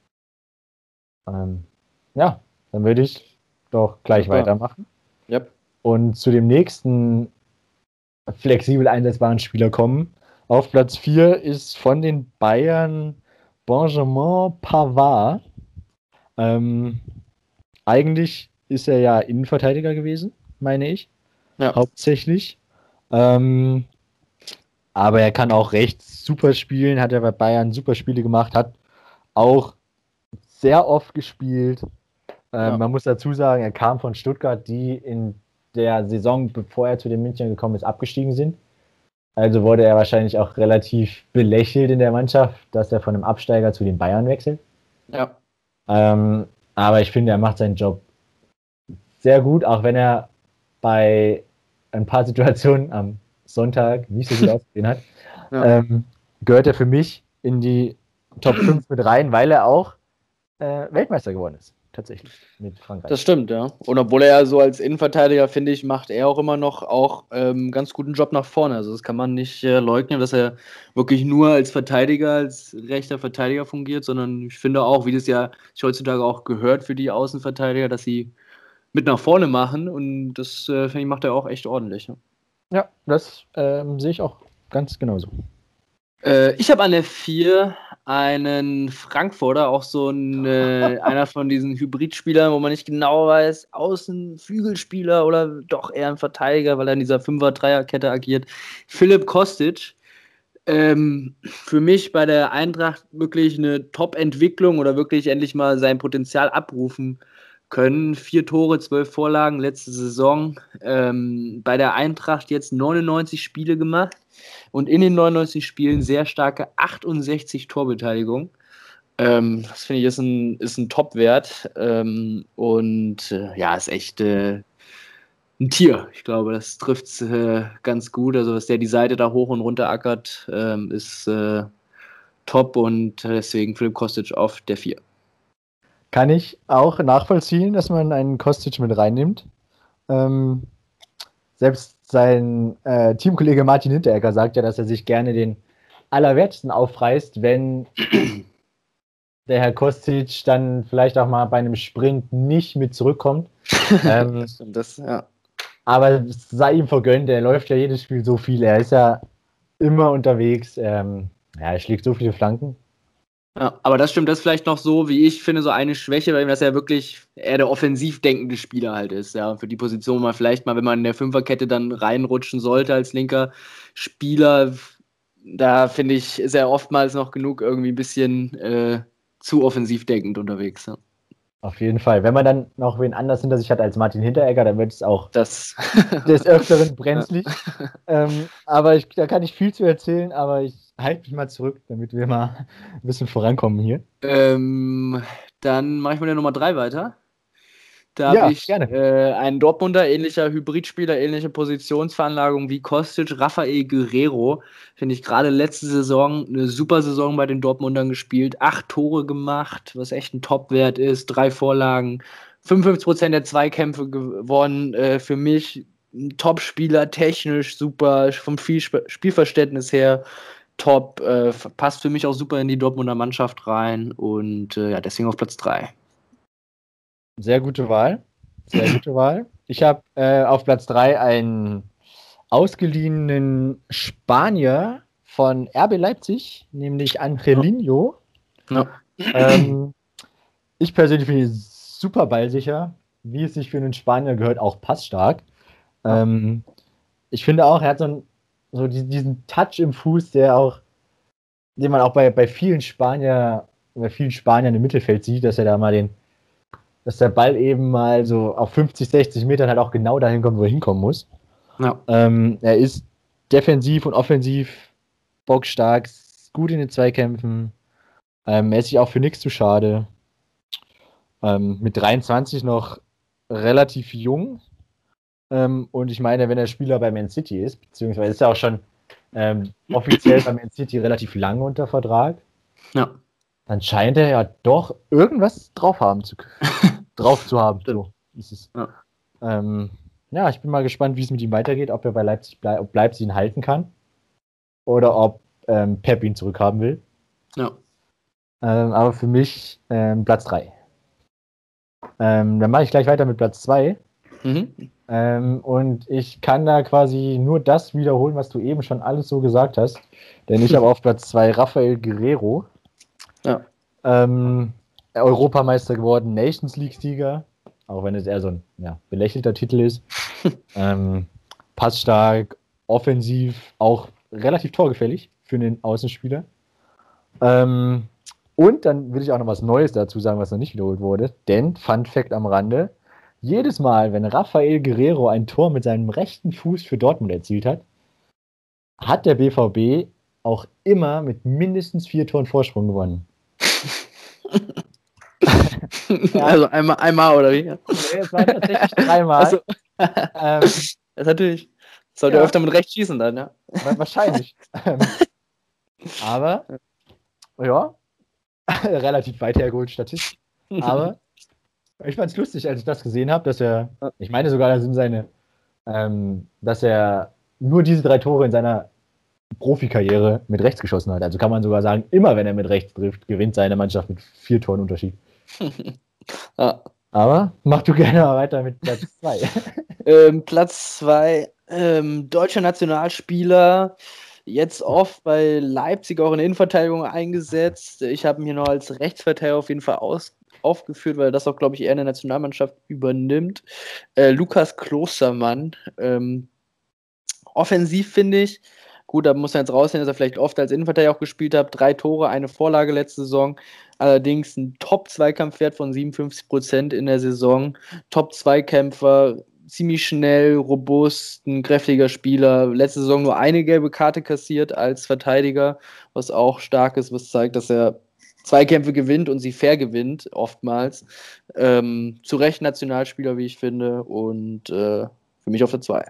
Ja, dann würde ich doch gleich weitermachen. Yep. Und zu dem nächsten flexibel einsetzbaren Spieler kommen. Auf Platz 4 ist von den Bayern Benjamin Pavard. Eigentlich ist er ja Innenverteidiger gewesen, meine ich. Ja. Hauptsächlich. Aber er kann auch rechts super spielen, hat er bei Bayern super Spiele gemacht, hat auch sehr oft gespielt. Man muss dazu sagen, er kam von Stuttgart, die in der Saison, bevor er zu den Münchnern gekommen ist, abgestiegen sind. Also wurde er wahrscheinlich auch relativ belächelt in der Mannschaft, dass er von einem Absteiger zu den Bayern wechselt. Ja. Aber ich finde, er macht seinen Job sehr gut, auch wenn er bei ein paar Situationen am Sonntag nicht so gut ausgesehen hat. Ja. Gehört er für mich in die Top 5 mit rein, weil er auch Weltmeister geworden ist. Tatsächlich mit Frankreich. Das stimmt, ja. Und obwohl er ja so als Innenverteidiger, finde ich, macht er auch immer noch ganz guten Job nach vorne. Also das kann man nicht leugnen, dass er wirklich nur als Verteidiger, als rechter Verteidiger fungiert, sondern ich finde auch, wie das ja heutzutage auch gehört für die Außenverteidiger, dass sie mit nach vorne machen und das, finde ich, macht er auch echt ordentlich. Ja, das sehe ich auch ganz genauso. Ich habe an der 4 einen Frankfurter, auch so einer von diesen Hybridspielern, wo man nicht genau weiß, Außenflügelspieler oder doch eher ein Verteidiger, weil er in dieser 5er-3er-Kette agiert. Philipp Kostic. Für mich bei der Eintracht wirklich eine Top-Entwicklung oder wirklich endlich mal sein Potenzial abrufen können. 4 Tore, 12 Vorlagen letzte Saison. Bei der Eintracht jetzt 99 Spiele gemacht und in den 99 Spielen sehr starke 68 Torbeteiligung. Das finde ich ist ein Top-Wert. Ja, ist echt ein Tier. Ich glaube, das trifft es ganz gut. Also, dass der die Seite da hoch und runter ackert, ist top und deswegen Philipp Kostic auf der 4. Kann ich auch nachvollziehen, dass man einen Kostic mit reinnimmt. Selbst sein Teamkollege Martin Hinteregger sagt ja, dass er sich gerne den Allerwertesten aufreißt, wenn der Herr Kostic dann vielleicht auch mal bei einem Sprint nicht mit zurückkommt. Ja. Aber es sei ihm vergönnt, er läuft ja jedes Spiel so viel, er ist ja immer unterwegs, er schlägt so viele Flanken. Ja, aber das stimmt, das ist vielleicht noch so, wie ich finde, so eine Schwäche, weil das ja wirklich eher der offensiv denkende Spieler halt ist, ja, für die Position mal vielleicht mal, wenn man in der Fünferkette dann reinrutschen sollte als linker Spieler, da finde ich, ist er oftmals noch genug irgendwie ein bisschen zu offensiv denkend unterwegs, ja. Auf jeden Fall. Wenn man dann noch wen anders hinter sich hat als Martin Hinteregger, dann wird es auch des Öfteren brenzlig. Aber da kann ich viel zu erzählen, aber ich halte mich mal zurück, damit wir mal ein bisschen vorankommen hier. Dann mache ich mit der Nummer 3 weiter. Da habe ich einen Dortmunder, ähnlicher Hybridspieler, ähnliche Positionsveranlagung wie Kostic, Rafael Guerreiro. Finde ich gerade letzte Saison eine super Saison bei den Dortmundern gespielt. 8 Tore gemacht, was echt ein Topwert ist. 3 Vorlagen, 55% der Zweikämpfe gewonnen. Für mich ein Top-Spieler, technisch super, vom Spielverständnis her top. Passt für mich auch super in die Dortmunder Mannschaft rein und deswegen auf Platz 3. Sehr gute Wahl. Sehr gute Wahl. Ich habe auf Platz 3 einen ausgeliehenen Spanier von RB Leipzig, nämlich Angelino. Ja. Ich persönlich finde ihn super ballsicher, wie es sich für einen Spanier gehört, auch passstark. Ja. Ich finde auch, er hat diesen Touch im Fuß, den man auch bei vielen Spaniern im Mittelfeld sieht, dass der Ball eben mal so auf 50, 60 Metern halt auch genau dahin kommt, wo er hinkommen muss. Ja. Er ist defensiv und offensiv bockstark, gut in den Zweikämpfen. Er ist sich auch für nichts zu schade. Mit 23 noch relativ jung. Und ich meine, wenn er Spieler bei Man City ist, beziehungsweise ist er auch schon offiziell bei Man City relativ lange unter Vertrag, dann scheint er ja doch irgendwas drauf zu haben. So ist es. Ja, ich bin mal gespannt, wie es mit ihm weitergeht, ob er bei Leipzig ob Leipzig ihn halten kann oder ob Pep ihn zurückhaben will. Ja. Aber für mich Platz 3. Dann mache ich gleich weiter mit Platz 2. Und ich kann da quasi nur das wiederholen, was du eben schon alles so gesagt hast. Denn ich habe auf Platz 2 Rafael Guerreiro. Ja. Europameister geworden, Nations League-Sieger. Auch wenn es eher so ein belächelter Titel ist. Passstark, offensiv, auch relativ torgefällig für einen Außenspieler. Und dann will ich auch noch was Neues dazu sagen, was noch nicht wiederholt wurde. Denn, Fun Fact am Rande, jedes Mal, wenn Rafael Guerreiro ein Tor mit seinem rechten Fuß für Dortmund erzielt hat, hat der BVB auch immer mit mindestens 4 Toren Vorsprung gewonnen. Also einmal oder wie? Nee, es waren tatsächlich 3-mal. Also, das natürlich. Sollte öfter mit rechts schießen dann, ja. Wahrscheinlich. Aber, ja, relativ weit hergeholt Statistik. Aber ich fand es lustig, als ich das gesehen habe, ich meine sogar, dass er nur diese 3 Tore in seiner Profikarriere mit rechts geschossen hat. Also kann man sogar sagen, immer wenn er mit rechts trifft, gewinnt seine Mannschaft mit 4 Toren Unterschied. Ja. Aber mach du gerne mal weiter mit Platz 2. Platz 2, deutscher Nationalspieler, jetzt oft bei Leipzig auch in der Innenverteidigung eingesetzt. Ich habe ihn hier noch als Rechtsverteidiger auf jeden Fall aufgeführt, weil er das auch, glaube ich, eher in der Nationalmannschaft übernimmt. Lukas Klostermann. Offensiv finde ich, gut, da muss man jetzt raussehen, dass er vielleicht oft als Innenverteidiger auch gespielt hat. 3 Tore, 1 Vorlage letzte Saison. Allerdings ein Top-Zweikampfwert von 57% in der Saison. Top-Zweikämpfer, ziemlich schnell, robust, ein kräftiger Spieler. Letzte Saison nur eine gelbe Karte kassiert als Verteidiger, was auch stark ist, was zeigt, dass er Zweikämpfe gewinnt und sie fair gewinnt, oftmals. Zu Recht Nationalspieler, wie ich finde, und für mich auf der 2.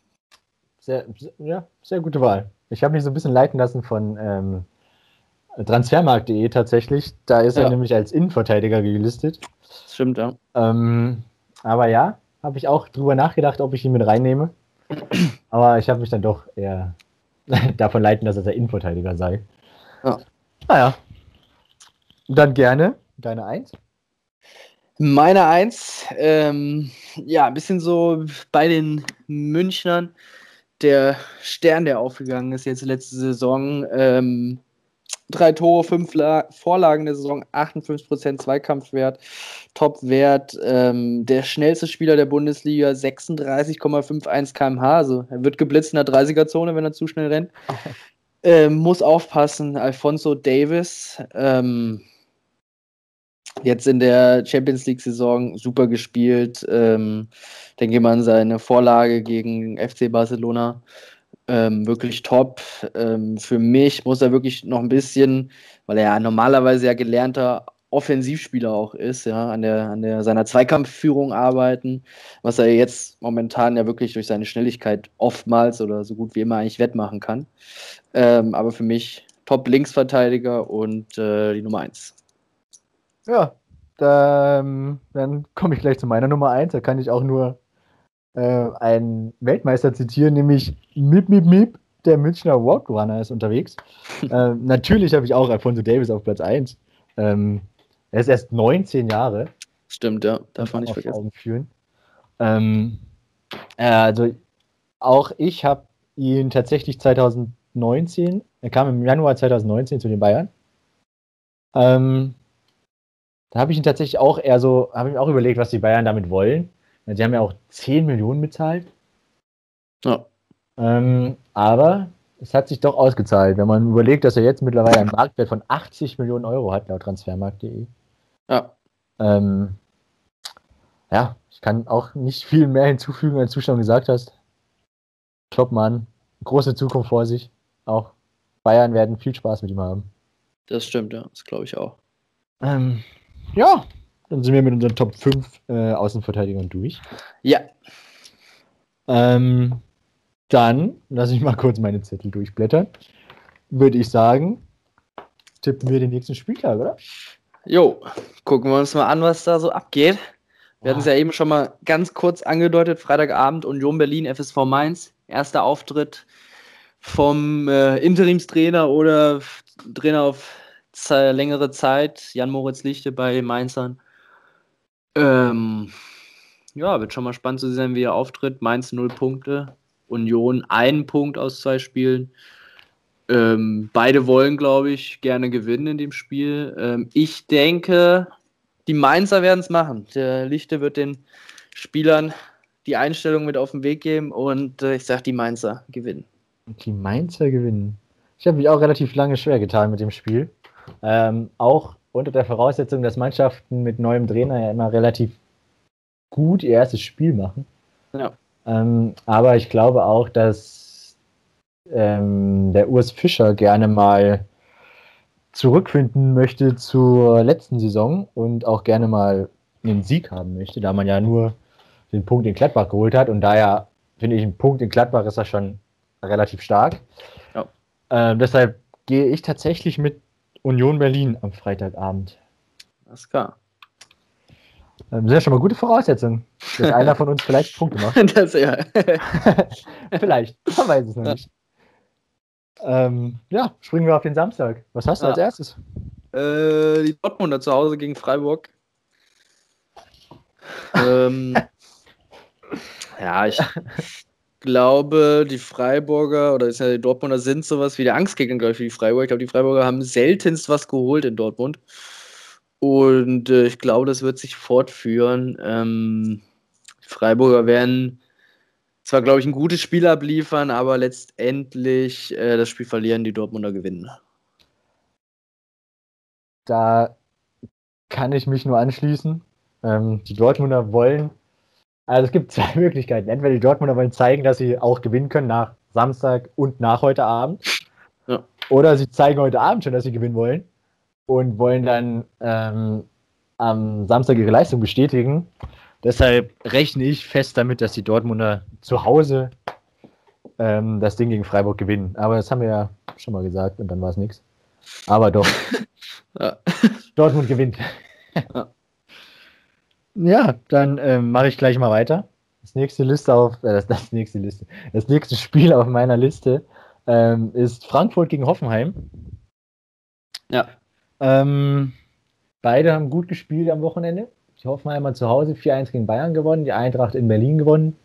Sehr gute Wahl. Ich habe mich so ein bisschen leiten lassen von Transfermarkt.de tatsächlich. Da ist er nämlich als Innenverteidiger gelistet. Das stimmt, ja. Aber ja, habe ich auch drüber nachgedacht, ob ich ihn mit reinnehme. Aber ich habe mich dann doch eher davon leiten lassen, dass er Innenverteidiger sei. Ja. Naja. Dann gerne deine 1. Meine 1, ein bisschen so bei den Münchnern. Der Stern, der aufgegangen ist jetzt letzte Saison. 3 Tore, 5 Vorlagen der Saison, 58% Zweikampfwert, Topwert. Der schnellste Spieler der Bundesliga, 36,51 km/h. Also er wird geblitzt in der 30er-Zone, wenn er zu schnell rennt. Muss aufpassen. Alphonso Davies. Jetzt in der Champions League-Saison super gespielt. Denke mal an seine Vorlage gegen FC Barcelona. Wirklich top. Für mich muss er wirklich noch ein bisschen, weil er ja normalerweise ja gelernter Offensivspieler auch ist, ja, an seiner Zweikampfführung arbeiten, was er jetzt momentan ja wirklich durch seine Schnelligkeit oftmals oder so gut wie immer eigentlich wettmachen kann. Aber für mich Top-Linksverteidiger und die Nummer 1. Ja, dann komme ich gleich zu meiner Nummer 1. Da kann ich auch nur einen Weltmeister zitieren, nämlich Mip Mip Mip, der Münchner Roadrunner ist unterwegs. Natürlich habe ich auch Alphonso Davies auf Platz 1. Er ist erst 19 Jahre. Stimmt, ja, darf man nicht vergessen. Führen. Also auch ich habe ihn tatsächlich 2013 2019. Er kam im Januar 2019 zu den Bayern. Da habe ich ihn tatsächlich auch habe ich mir auch überlegt, was die Bayern damit wollen. Sie haben ja auch 10 Millionen bezahlt. Ja. Aber es hat sich doch ausgezahlt, wenn man überlegt, dass er jetzt mittlerweile einen Marktwert von 80 Millionen Euro hat, laut Transfermarkt.de. Ja. Ja, ich kann auch nicht viel mehr hinzufügen, als du schon gesagt hast. Top-Mann, große Zukunft vor sich. Auch Bayern werden viel Spaß mit ihm haben. Das stimmt, ja. Das glaube ich auch. Ja, dann sind wir mit unseren Top 5 Außenverteidigern durch. Ja. Dann lasse ich mal kurz meine Zettel durchblättern. Würde ich sagen, tippen wir den nächsten Spieltag, oder? Jo, gucken wir uns mal an, was da so abgeht. Wir hatten es ja eben schon mal ganz kurz angedeutet. Freitagabend Union Berlin, FSV Mainz. Erster Auftritt vom Interimstrainer oder Trainer auf längere Zeit, Jan-Moritz Lichte bei Mainzern. Ja, wird schon mal spannend zu sehen, wie er auftritt. Mainz 0 Punkte, Union 1 Punkt aus 2 Spielen. Beide wollen, glaube ich, gerne gewinnen in dem Spiel. Ich denke, die Mainzer werden es machen. Der Lichte wird den Spielern die Einstellung mit auf den Weg geben und ich sage, die Mainzer gewinnen. Die Mainzer gewinnen. Ich habe mich auch relativ lange schwer getan mit dem Spiel. Auch unter der Voraussetzung, dass Mannschaften mit neuem Trainer ja immer relativ gut ihr erstes Spiel machen. Ja. Aber ich glaube auch, dass der Urs Fischer gerne mal zurückfinden möchte zur letzten Saison und auch gerne mal einen Sieg haben möchte, da man ja nur den Punkt in Gladbach geholt hat und daher finde ich, ein Punkt in Gladbach ist ja schon relativ stark. Ja. Deshalb gehe ich tatsächlich mit Union Berlin am Freitagabend. Alles klar. Sind ja schon mal gute Voraussetzungen, dass einer von uns vielleicht Punkte macht. Das ja. Vielleicht, man weiß es noch nicht. Ja, springen wir auf den Samstag. Was hast du als erstes? Die Dortmunder zu Hause gegen Freiburg. Ja, ich glaube, die Freiburger oder die Dortmunder sind sowas wie der Angstgegner, glaube ich, für die Freiburger. Ich glaube, die Freiburger haben seltenst was geholt in Dortmund. Und ich glaube, das wird sich fortführen. Die Freiburger werden zwar, glaube ich, ein gutes Spiel abliefern, aber letztendlich das Spiel verlieren, die Dortmunder gewinnen. Da kann ich mich nur anschließen. Die Dortmunder wollen, also es gibt zwei Möglichkeiten. Entweder die Dortmunder wollen zeigen, dass sie auch gewinnen können nach Samstag und nach heute Abend. Ja. Oder sie zeigen heute Abend schon, dass sie gewinnen wollen und wollen dann am Samstag ihre Leistung bestätigen. Deshalb rechne ich fest damit, dass die Dortmunder zu Hause das Ding gegen Freiburg gewinnen. Aber das haben wir ja schon mal gesagt und dann war es nichts. Aber doch. Ja. Dortmund gewinnt. Ja, dann mache ich gleich mal weiter. Das nächste Spiel auf meiner Liste ist Frankfurt gegen Hoffenheim. Ja. Beide haben gut gespielt am Wochenende. Die Hoffenheimer zu Hause 4-1 gegen Bayern gewonnen, die Eintracht in Berlin gewonnen.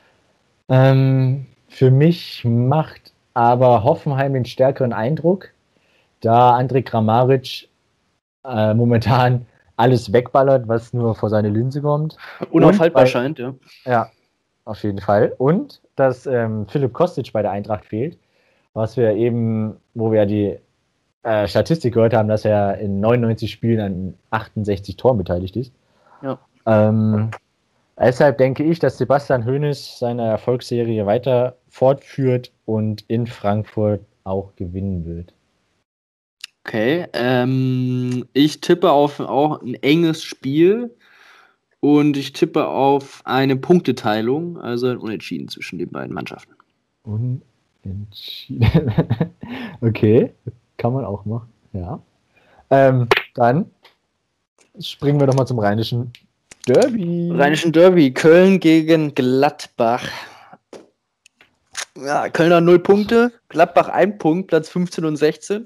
Für mich macht aber Hoffenheim den stärkeren Eindruck, da Andrej Kramaric momentan alles wegballert, was nur vor seine Linse kommt. Unaufhaltbar scheint, ja. Ja, auf jeden Fall. Und dass Philipp Kostic bei der Eintracht fehlt, wo wir die Statistik gehört haben, dass er in 99 Spielen an 68 Toren beteiligt ist. Ja. Deshalb denke ich, dass Sebastian Hoeneß seine Erfolgsserie weiter fortführt und in Frankfurt auch gewinnen wird. Okay, ich tippe auf auch ein enges Spiel und ich tippe auf eine Punkteteilung, also ein Unentschieden zwischen den beiden Mannschaften. Unentschieden. Okay, kann man auch machen, ja. Dann springen wir doch mal zum Rheinischen Derby. Köln gegen Gladbach. Ja, Kölner 0 Punkte, Gladbach 1 Punkt, Platz 15 und 16.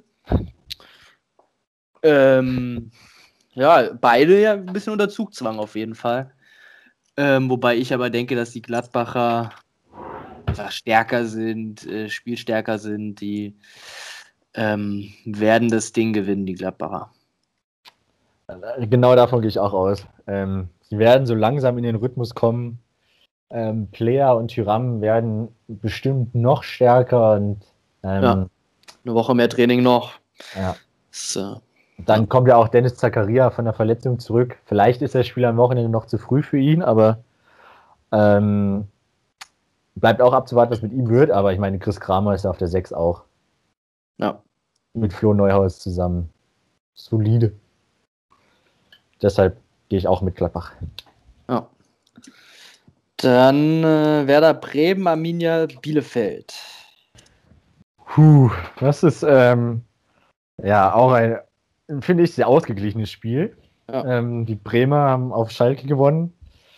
Ja, beide ja ein bisschen unter Zugzwang auf jeden Fall. Wobei ich aber denke, dass die Gladbacher einfach stärker sind, spielstärker sind, die werden das Ding gewinnen, die Gladbacher. Genau davon gehe ich auch aus. Sie werden so langsam in den Rhythmus kommen. Player und Thuram werden bestimmt noch stärker und Eine Woche mehr Training noch. Ja. So. Dann kommt ja auch Dennis Zakaria von der Verletzung zurück. Vielleicht ist das Spiel am Wochenende noch zu früh für ihn, aber bleibt auch abzuwarten, was mit ihm wird. Aber ich meine, Chris Kramer ist ja auf der 6 auch. Ja. Mit Flo Neuhaus zusammen. Solide. Deshalb gehe ich auch mit Gladbach. Ja. Dann Werder Bremen, Arminia Bielefeld. Das ist auch ein, finde ich, sehr ausgeglichenes Spiel. Ja. Die Bremer haben auf Schalke gewonnen.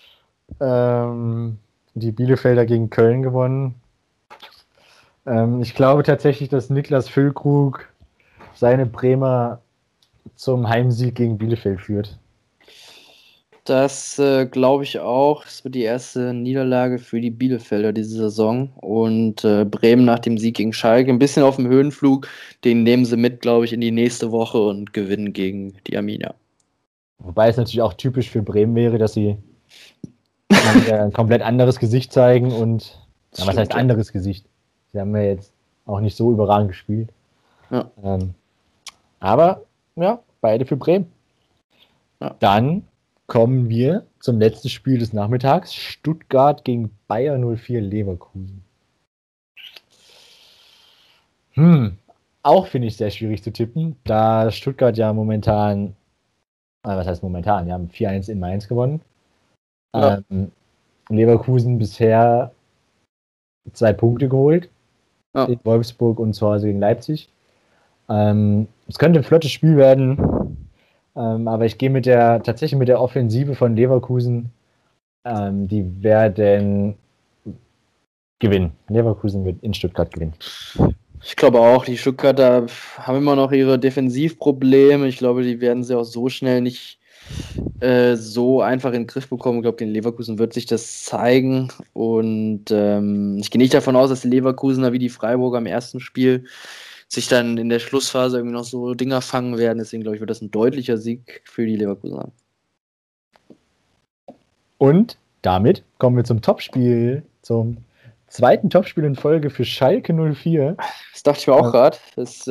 Die Bielefelder gegen Köln gewonnen. Ich glaube tatsächlich, dass Niklas Füllkrug seine Bremer zum Heimsieg gegen Bielefeld führt. Das glaube ich auch. Es wird die erste Niederlage für die Bielefelder diese Saison. Und Bremen nach dem Sieg gegen Schalke ein bisschen auf dem Höhenflug. Den nehmen sie mit, glaube ich, in die nächste Woche und gewinnen gegen die Arminia. Wobei es natürlich auch typisch für Bremen wäre, dass sie ein komplett anderes Gesicht zeigen und was heißt anderes Gesicht? Sie haben ja jetzt auch nicht so überragend gespielt. Ja. Aber ja, beide für Bremen. Ja. Dann kommen wir zum letzten Spiel des Nachmittags. Stuttgart gegen Bayer 04 Leverkusen. Auch finde ich sehr schwierig zu tippen, da Stuttgart ja momentan, was heißt momentan, wir haben 4-1 in Mainz gewonnen. Ja. Leverkusen bisher 2 Punkte geholt. Ja. In Wolfsburg und zu Hause gegen Leipzig. Es könnte ein flottes Spiel werden. Aber ich gehe tatsächlich mit der Offensive von Leverkusen. Die werden gewinnen. Leverkusen wird in Stuttgart gewinnen. Ich glaube auch, die Stuttgarter haben immer noch ihre Defensivprobleme. Ich glaube, die werden sie auch so schnell nicht so einfach in den Griff bekommen. Ich glaube, den Leverkusen wird sich das zeigen. Und ich gehe nicht davon aus, dass die Leverkusener wie die Freiburger im ersten Spiel sich dann in der Schlussphase irgendwie noch so Dinger fangen werden. Deswegen glaube ich, wird das ein deutlicher Sieg für die Leverkusener. Und damit kommen wir zum Topspiel, zum zweiten Topspiel in Folge für Schalke 04. Das dachte ich mir auch gerade. Das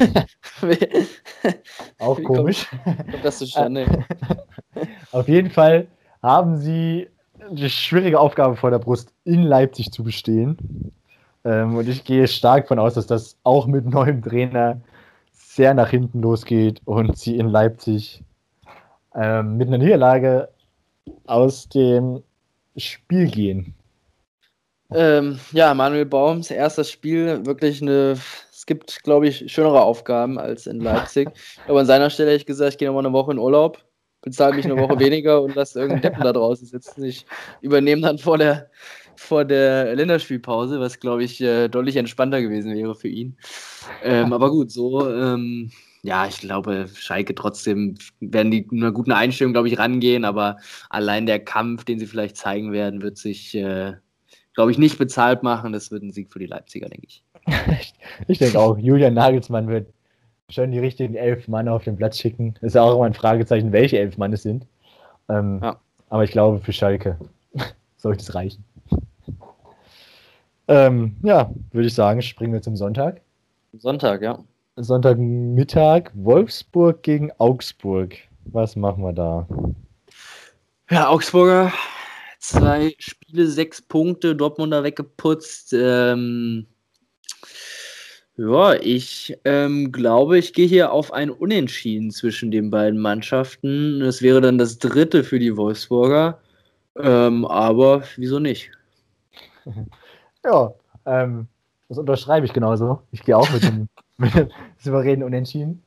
auch komisch. Kommt das zustande? Auf jeden Fall haben sie eine schwierige Aufgabe vor der Brust, in Leipzig zu bestehen. Und ich gehe stark davon aus, dass das auch mit neuem Trainer sehr nach hinten losgeht und sie in Leipzig mit einer Niederlage aus dem Spiel gehen. Manuel Baums erstes Spiel, wirklich es gibt, glaube ich, schönere Aufgaben als in Leipzig. Aber an seiner Stelle hätte ich gesagt, ich gehe nochmal eine Woche in Urlaub, bezahle mich eine Woche weniger und lasse irgendeinen Deppen da draußen sitzen. Ich übernehme dann vor der Länderspielpause, was, glaube ich, deutlich entspannter gewesen wäre für ihn. Aber gut, so, ich glaube, Schalke trotzdem werden die mit einer guten Einstellung, glaube ich, rangehen, aber allein der Kampf, den sie vielleicht zeigen werden, wird sich, glaube ich, nicht bezahlt machen. Das wird ein Sieg für die Leipziger, denke ich. Ich denke auch, Julian Nagelsmann wird schon die richtigen 11 Mann auf den Platz schicken. Ist ja auch immer ein Fragezeichen, welche 11 Mann es sind. Aber ich glaube, für Schalke sollte es reichen. Würde ich sagen, springen wir zum Sonntag. Sonntag, ja. Sonntagmittag, Wolfsburg gegen Augsburg. Was machen wir da? Ja, Augsburger, 2 Spiele, 6 Punkte, Dortmunder weggeputzt. Ich glaube, ich gehe hier auf ein Unentschieden zwischen den beiden Mannschaften. Das wäre dann das 3. für die Wolfsburger. Aber wieso nicht? Ja, das unterschreibe ich genauso. Ich gehe auch mit dem souveränen Unentschieden.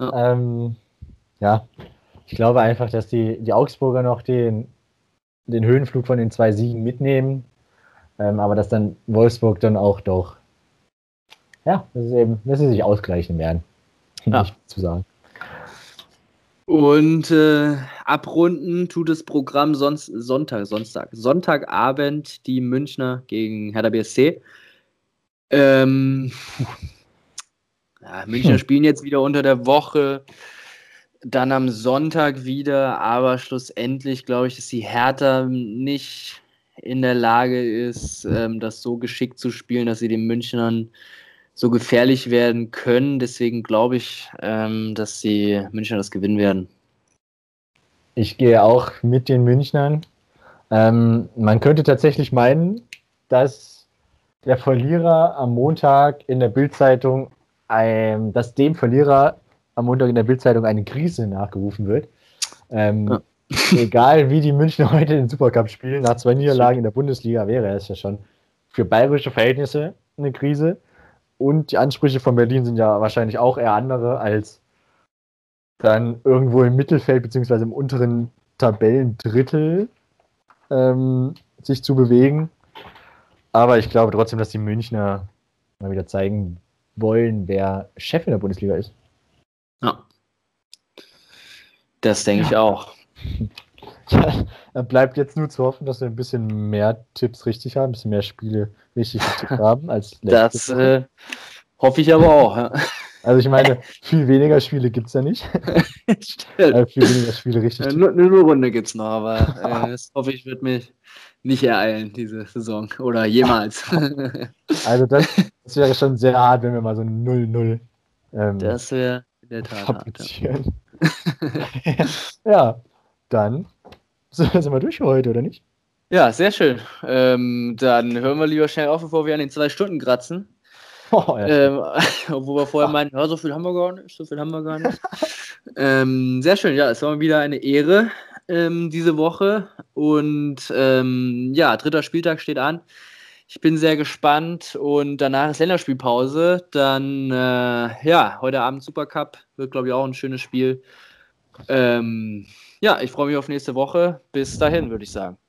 Ja. Ich glaube einfach, dass die Augsburger noch den Höhenflug von den 2 Siegen mitnehmen. Aber dass dann Wolfsburg dann auch doch, dass sie sich ausgleichen werden. Nicht zu sagen. Und abrunden tut das Programm Sonntagabend die Münchner gegen Hertha BSC. Münchner spielen jetzt wieder unter der Woche, dann am Sonntag wieder, aber schlussendlich glaube ich, dass die Hertha nicht in der Lage ist, das so geschickt zu spielen, dass sie den Münchnern so gefährlich werden können. Deswegen glaube ich, dass die Münchner das gewinnen werden. Ich gehe auch mit den Münchnern. Man könnte tatsächlich meinen, dass der Verlierer am Montag in der Bildzeitung, dass dem Verlierer am Montag in der Bildzeitung eine Krise nachgerufen wird. Egal wie die Münchner heute den Supercup spielen, nach 2 Niederlagen in der Bundesliga wäre es ja schon für bayerische Verhältnisse eine Krise. Und die Ansprüche von Berlin sind ja wahrscheinlich auch eher andere, als dann irgendwo im Mittelfeld bzw. im unteren Tabellendrittel sich zu bewegen. Aber ich glaube trotzdem, dass die Münchner mal wieder zeigen wollen, wer Chef in der Bundesliga ist. Ja. Das denke ich auch. Ja, da bleibt jetzt nur zu hoffen, dass wir ein bisschen mehr Tipps richtig haben, ein bisschen mehr Spiele richtig getippt haben als letztes. Das hoffe ich aber auch. Ja. Also ich meine, viel weniger Spiele gibt es ja nicht. Viel weniger Spiele richtig. Nur eine Runde gibt es noch, aber das hoffe ich, wird mich nicht ereilen, diese Saison. Oder jemals. Also das wäre schon sehr hart, wenn wir mal so ein 0-0 das wäre in der Tat fabrizieren. Ja, dann sind wir durch für heute, oder nicht? Ja, sehr schön. Dann hören wir lieber schnell auf, bevor wir an den 2 Stunden kratzen. Obwohl wir vorher meinten, ja, so viel haben wir gar nicht. Sehr schön, ja, es war mal wieder eine Ehre diese Woche. Und 3. Spieltag steht an. Ich bin sehr gespannt und danach ist Länderspielpause. Dann, heute Abend Supercup wird, glaube ich, auch ein schönes Spiel. Ich freue mich auf nächste Woche. Bis dahin, würde ich sagen.